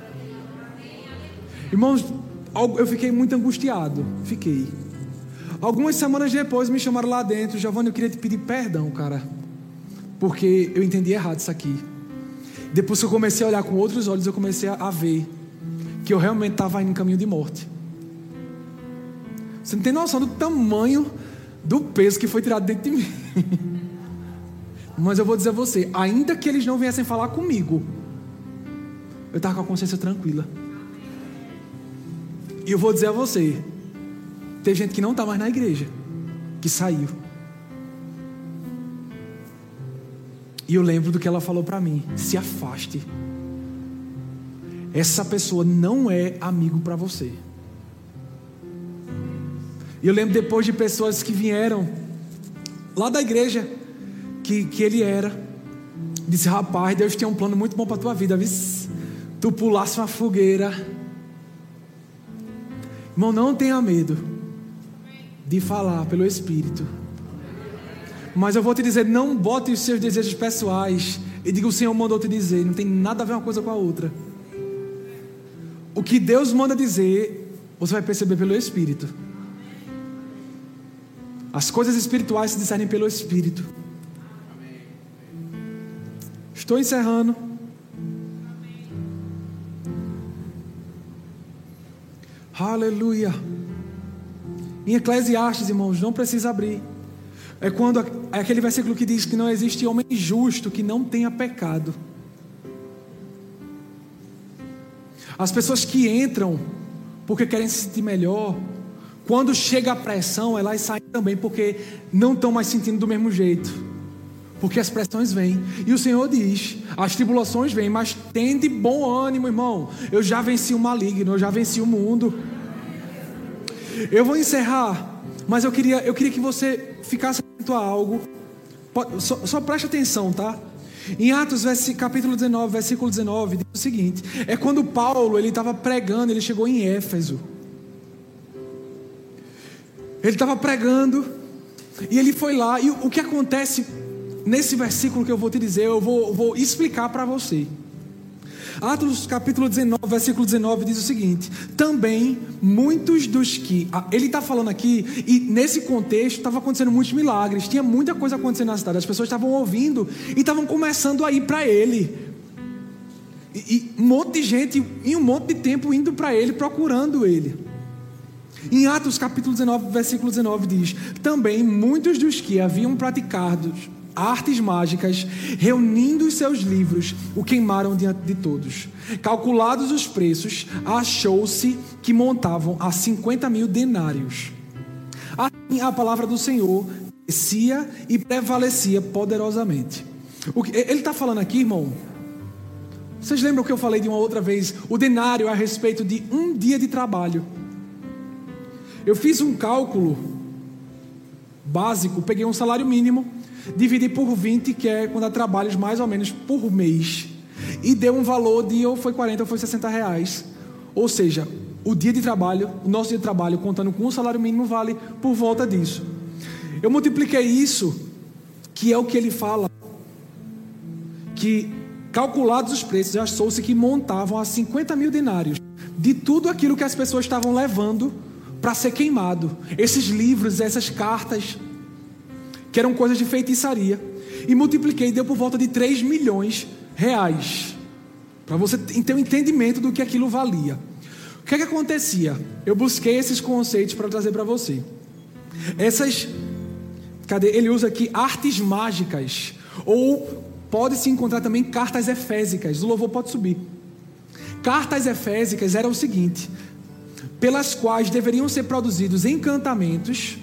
Speaker 1: Irmãos, eu fiquei muito angustiado. Fiquei. Algumas semanas depois me chamaram lá dentro. Giovanni, eu queria te pedir perdão, cara, porque eu entendi errado isso aqui. Depois que eu comecei a olhar com outros olhos, eu comecei a ver que eu realmente estava indo em caminho de morte. Você não tem noção do tamanho do peso que foi tirado dentro de mim. Mas eu vou dizer a você, ainda que eles não viessem falar comigo, eu estava com a consciência tranquila. E eu vou dizer a você, tem gente que não está mais na igreja, que saiu. E eu lembro do que ela falou para mim, se afaste. Essa pessoa não é amigo para você. E eu lembro depois de pessoas que vieram lá da igreja que ele era, disse: rapaz, Deus tem um plano muito bom para a tua vida, viu? Tu pulasse uma fogueira. Irmão, não tenha medo de falar pelo Espírito. Mas eu vou te dizer, não bote os seus desejos pessoais e diga: o Senhor mandou te dizer. Não tem nada a ver uma coisa com a outra. O que Deus manda dizer, você vai perceber pelo Espírito. As coisas espirituais se discernem pelo Espírito. Estou encerrando. Aleluia. Em Eclesiastes, irmãos, não precisa abrir. É aquele versículo que diz que não existe homem justo que não tenha pecado. As pessoas que entram porque querem se sentir melhor, quando chega a pressão, elas saem também porque não estão mais sentindo do mesmo jeito. Porque as pressões vêm. E o Senhor diz: as tribulações vêm, mas tende bom ânimo, irmão. Eu já venci o maligno, eu já venci o mundo. Eu vou encerrar, mas eu queria que você ficasse atento a algo. Só preste atenção, tá? Em Atos capítulo 19, versículo 19, diz o seguinte: é quando Paulo ele estava pregando, ele chegou em Éfeso. Ele estava pregando e ele foi lá. E o que acontece nesse versículo que eu vou te dizer, eu vou explicar para você. Atos capítulo 19, versículo 19 diz o seguinte: também muitos dos que... Ele está falando aqui, e nesse contexto estava acontecendo muitos milagres, tinha muita coisa acontecendo na cidade, as pessoas estavam ouvindo e estavam começando a ir para ele. E um monte de gente, em um monte de tempo indo para ele, procurando ele. Em Atos capítulo 19, versículo 19 diz: também muitos dos que haviam praticado artes mágicas, reunindo os seus livros, o queimaram diante de todos. Calculados os preços, achou-se que montavam a 50.000 denários. Assim a palavra do Senhor descia e prevalecia poderosamente. Ele está falando aqui, irmão. Vocês lembram que eu falei de uma outra vez? O denário é a respeito de um dia de trabalho. Eu fiz um cálculo básico, peguei um salário mínimo, dividi por 20, que é quando há trabalhos mais ou menos por mês, e deu um valor de ou foi 40 ou foi 60 reais. Ou seja, o dia de trabalho, o nosso dia de trabalho, contando com o salário mínimo, vale por volta disso. Eu multipliquei isso, que é o que ele fala, que calculados os preços, achou-se que montavam a 50.000 denários de tudo aquilo que as pessoas estavam levando para ser queimado. Esses livros, essas cartas, que eram coisas de feitiçaria, e multipliquei, deu por volta de 3 milhões reais, para você ter um entendimento do que aquilo valia. O que acontecia? Eu busquei esses conceitos para trazer para você. Ele usa aqui artes mágicas, ou pode-se encontrar também cartas efésicas. O louvor pode subir. Cartas efésicas eram o seguinte: pelas quais deveriam ser produzidos encantamentos,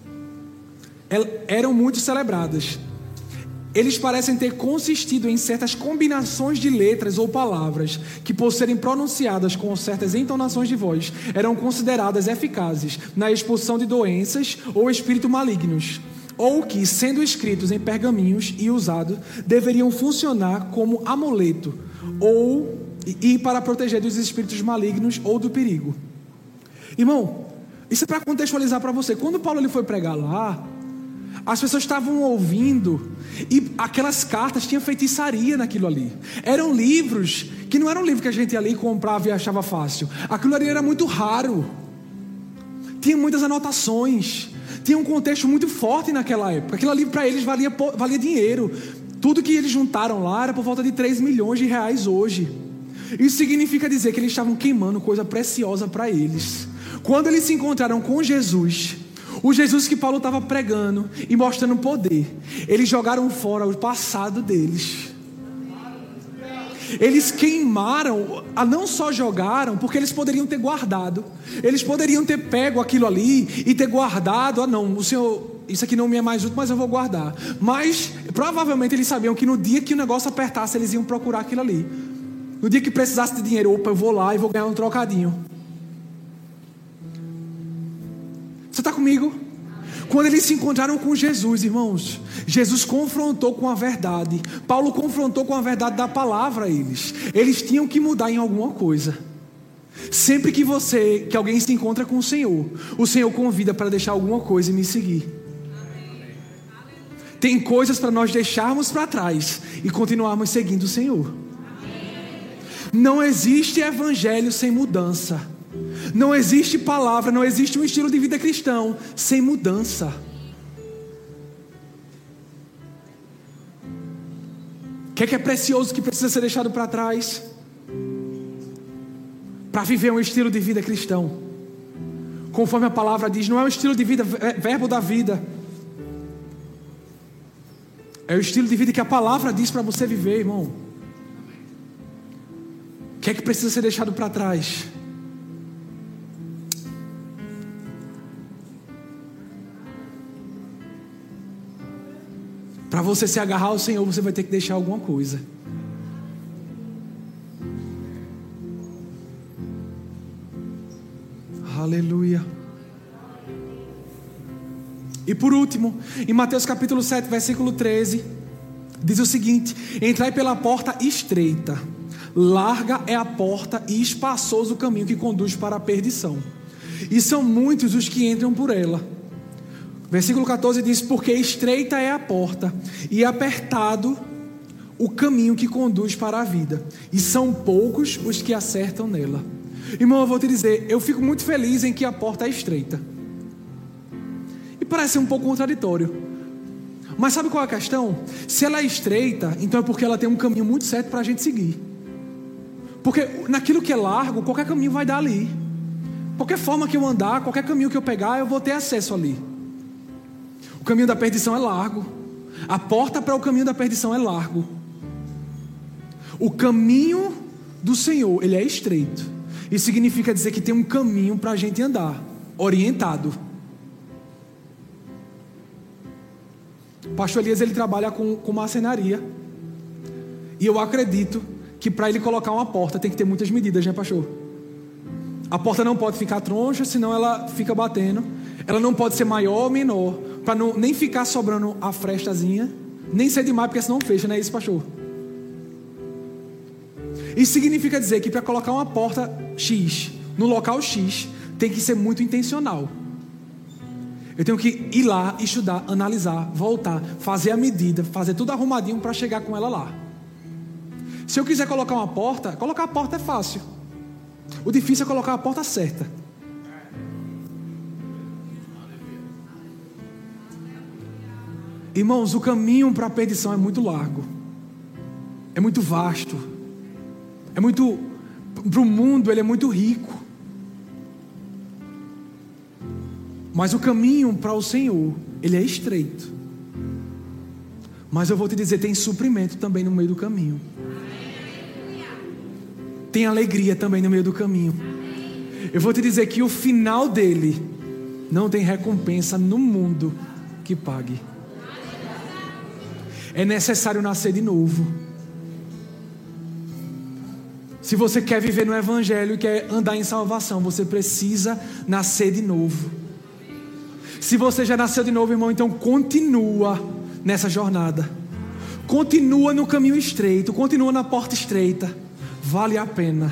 Speaker 1: eram muito celebradas. Eles parecem ter consistido em certas combinações de letras ou palavras que, por serem pronunciadas com certas entonações de voz, eram consideradas eficazes na expulsão de doenças ou espíritos malignos, ou que, sendo escritos em pergaminhos e usados, deveriam funcionar como amuleto e para proteger dos espíritos malignos ou do perigo. Irmão, isso é para contextualizar para você. Quando Paulo ele foi pregar lá, as pessoas estavam ouvindo, e aquelas cartas tinham feitiçaria naquilo ali. Eram livros que não eram livros que a gente ia ali comprava e achava fácil. Aquilo ali era muito raro, tinha muitas anotações, tinha um contexto muito forte naquela época. Aquilo ali para eles valia dinheiro. Tudo que eles juntaram lá era por volta de 3 milhões de reais hoje. Isso significa dizer que eles estavam queimando coisa preciosa para eles. Quando eles se encontraram com Jesus, o Jesus que Paulo estava pregando e mostrando poder, eles jogaram fora o passado deles. Eles queimaram, não só jogaram, porque eles poderiam ter guardado. Eles poderiam ter pego aquilo ali e ter guardado. Não, o Senhor, isso aqui não me é mais útil, mas eu vou guardar. Mas provavelmente eles sabiam que no dia que o negócio apertasse, eles iam procurar aquilo ali. No dia que precisasse de dinheiro, opa, eu vou lá e vou ganhar um trocadinho. Você está comigo? comigo? Quando eles se encontraram com Jesus, irmãos, Jesus confrontou com a verdade. Paulo confrontou com a verdade da palavra a eles. Eles tinham que mudar em alguma coisa. Sempre que alguém se encontra com o Senhor convida para deixar alguma coisa e me seguir. Tem coisas para nós deixarmos para trás e continuarmos seguindo o Senhor. Não existe evangelho sem mudança. Não existe palavra, não existe um estilo de vida cristão sem mudança. O que é precioso que precisa ser deixado para trás para viver um estilo de vida cristão? Conforme a palavra diz, não é um estilo de vida, verbo da vida. É o estilo de vida que a palavra diz para você viver, irmão. O que é que precisa ser deixado para trás? Para você se agarrar ao Senhor, você vai ter que deixar alguma coisa. Aleluia. E por último, em Mateus capítulo 7, versículo 13, diz o seguinte: entrai pela porta estreita, larga é a porta e espaçoso o caminho que conduz para a perdição, e são muitos os que entram por ela. Versículo 14 diz: porque estreita é a porta e apertado o caminho que conduz para a vida, e são poucos os que acertam nela. Irmão, eu vou te dizer, eu fico muito feliz em que a porta é estreita. E parece um pouco contraditório, mas sabe qual é a questão? Se ela é estreita, então é porque ela tem um caminho muito certo para a gente seguir. Porque naquilo que é largo, qualquer caminho vai dar ali. Qualquer forma que eu andar, qualquer caminho que eu pegar, eu vou ter acesso ali. O caminho da perdição é largo. A porta para o caminho da perdição é largo. O caminho do Senhor, ele é estreito. Isso significa dizer que tem um caminho para a gente andar, orientado. O pastor Elias, ele trabalha com marcenaria. E eu acredito que para ele colocar uma porta tem que ter muitas medidas, né, pastor? A porta não pode ficar troncha, senão ela fica batendo. Ela não pode ser maior ou menor, para nem ficar sobrando a frestazinha, nem ser demais, porque senão fecha, não é isso, pastor? Isso significa dizer que para colocar uma porta X no local X, tem que ser muito intencional. Eu tenho que ir lá, estudar, analisar, voltar, fazer a medida, fazer tudo arrumadinho para chegar com ela lá. Se eu quiser colocar uma porta, colocar a porta é fácil. O difícil é colocar a porta certa. Irmãos, o caminho para a perdição é muito largo, é muito vasto, é muito, para o mundo ele é muito rico, mas o caminho para o Senhor, ele é estreito. Mas eu vou te dizer, tem suprimento também no meio do caminho, tem alegria também no meio do caminho. Eu vou te dizer que o final dele não tem recompensa no mundo que pague. É necessário nascer de novo. Se você quer viver no Evangelho e quer andar em salvação, você precisa nascer de novo. Se você já nasceu de novo, irmão, então continua nessa jornada. Continua no caminho estreito, continua na porta estreita. Vale a pena.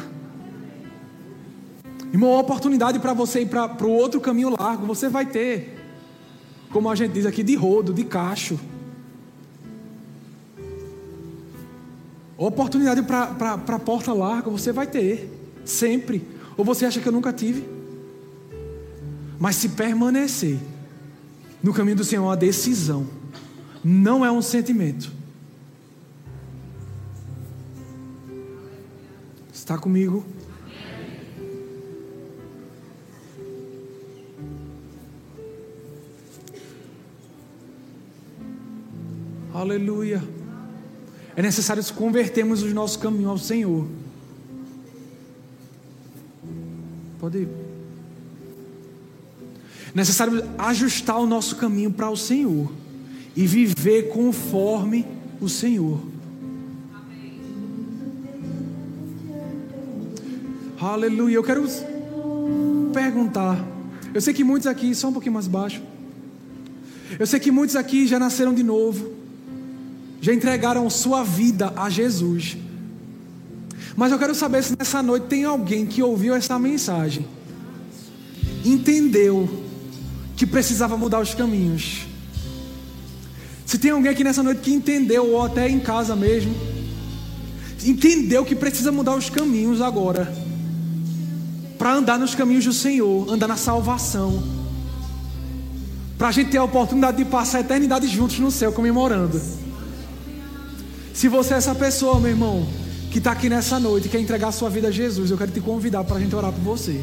Speaker 1: Irmão, a oportunidade para você ir para o outro caminho largo, você vai ter, como a gente diz aqui, de rodo, de cacho. Oportunidade para a porta larga você vai ter, sempre. Ou você acha que eu nunca tive? Mas se permanecer no caminho do Senhor é uma decisão, não é um sentimento. Está comigo? Aleluia. É necessário convertermos os nossos caminhos ao Senhor. Pode ir. É necessário ajustar o nosso caminho para o Senhor e viver conforme o Senhor. Aleluia. Eu quero perguntar. Eu sei que muitos aqui, só um pouquinho mais baixo. Eu sei que muitos aqui já nasceram de novo, já entregaram sua vida a Jesus. Mas eu quero saber se nessa noite tem alguém que ouviu essa mensagem, entendeu que precisava mudar os caminhos. Se tem alguém aqui nessa noite que entendeu, ou até em casa mesmo, entendeu que precisa mudar os caminhos agora, para andar nos caminhos do Senhor, andar na salvação, para a gente ter a oportunidade de passar a eternidade juntos no céu, comemorando. Se você é essa pessoa, meu irmão, que está aqui nessa noite e quer entregar a sua vida a Jesus, eu quero te convidar para a gente orar por você.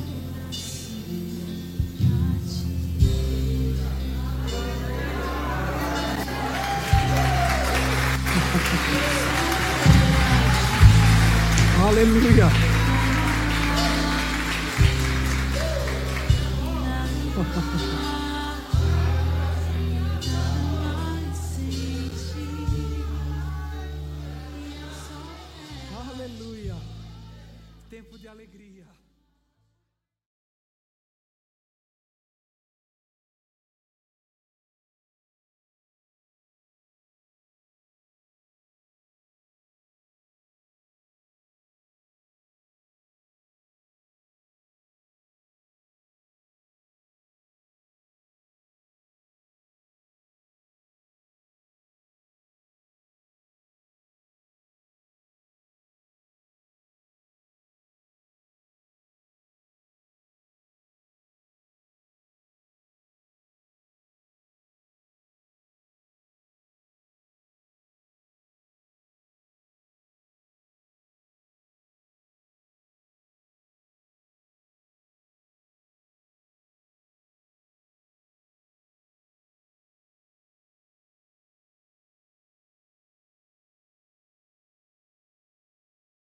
Speaker 1: Aleluia.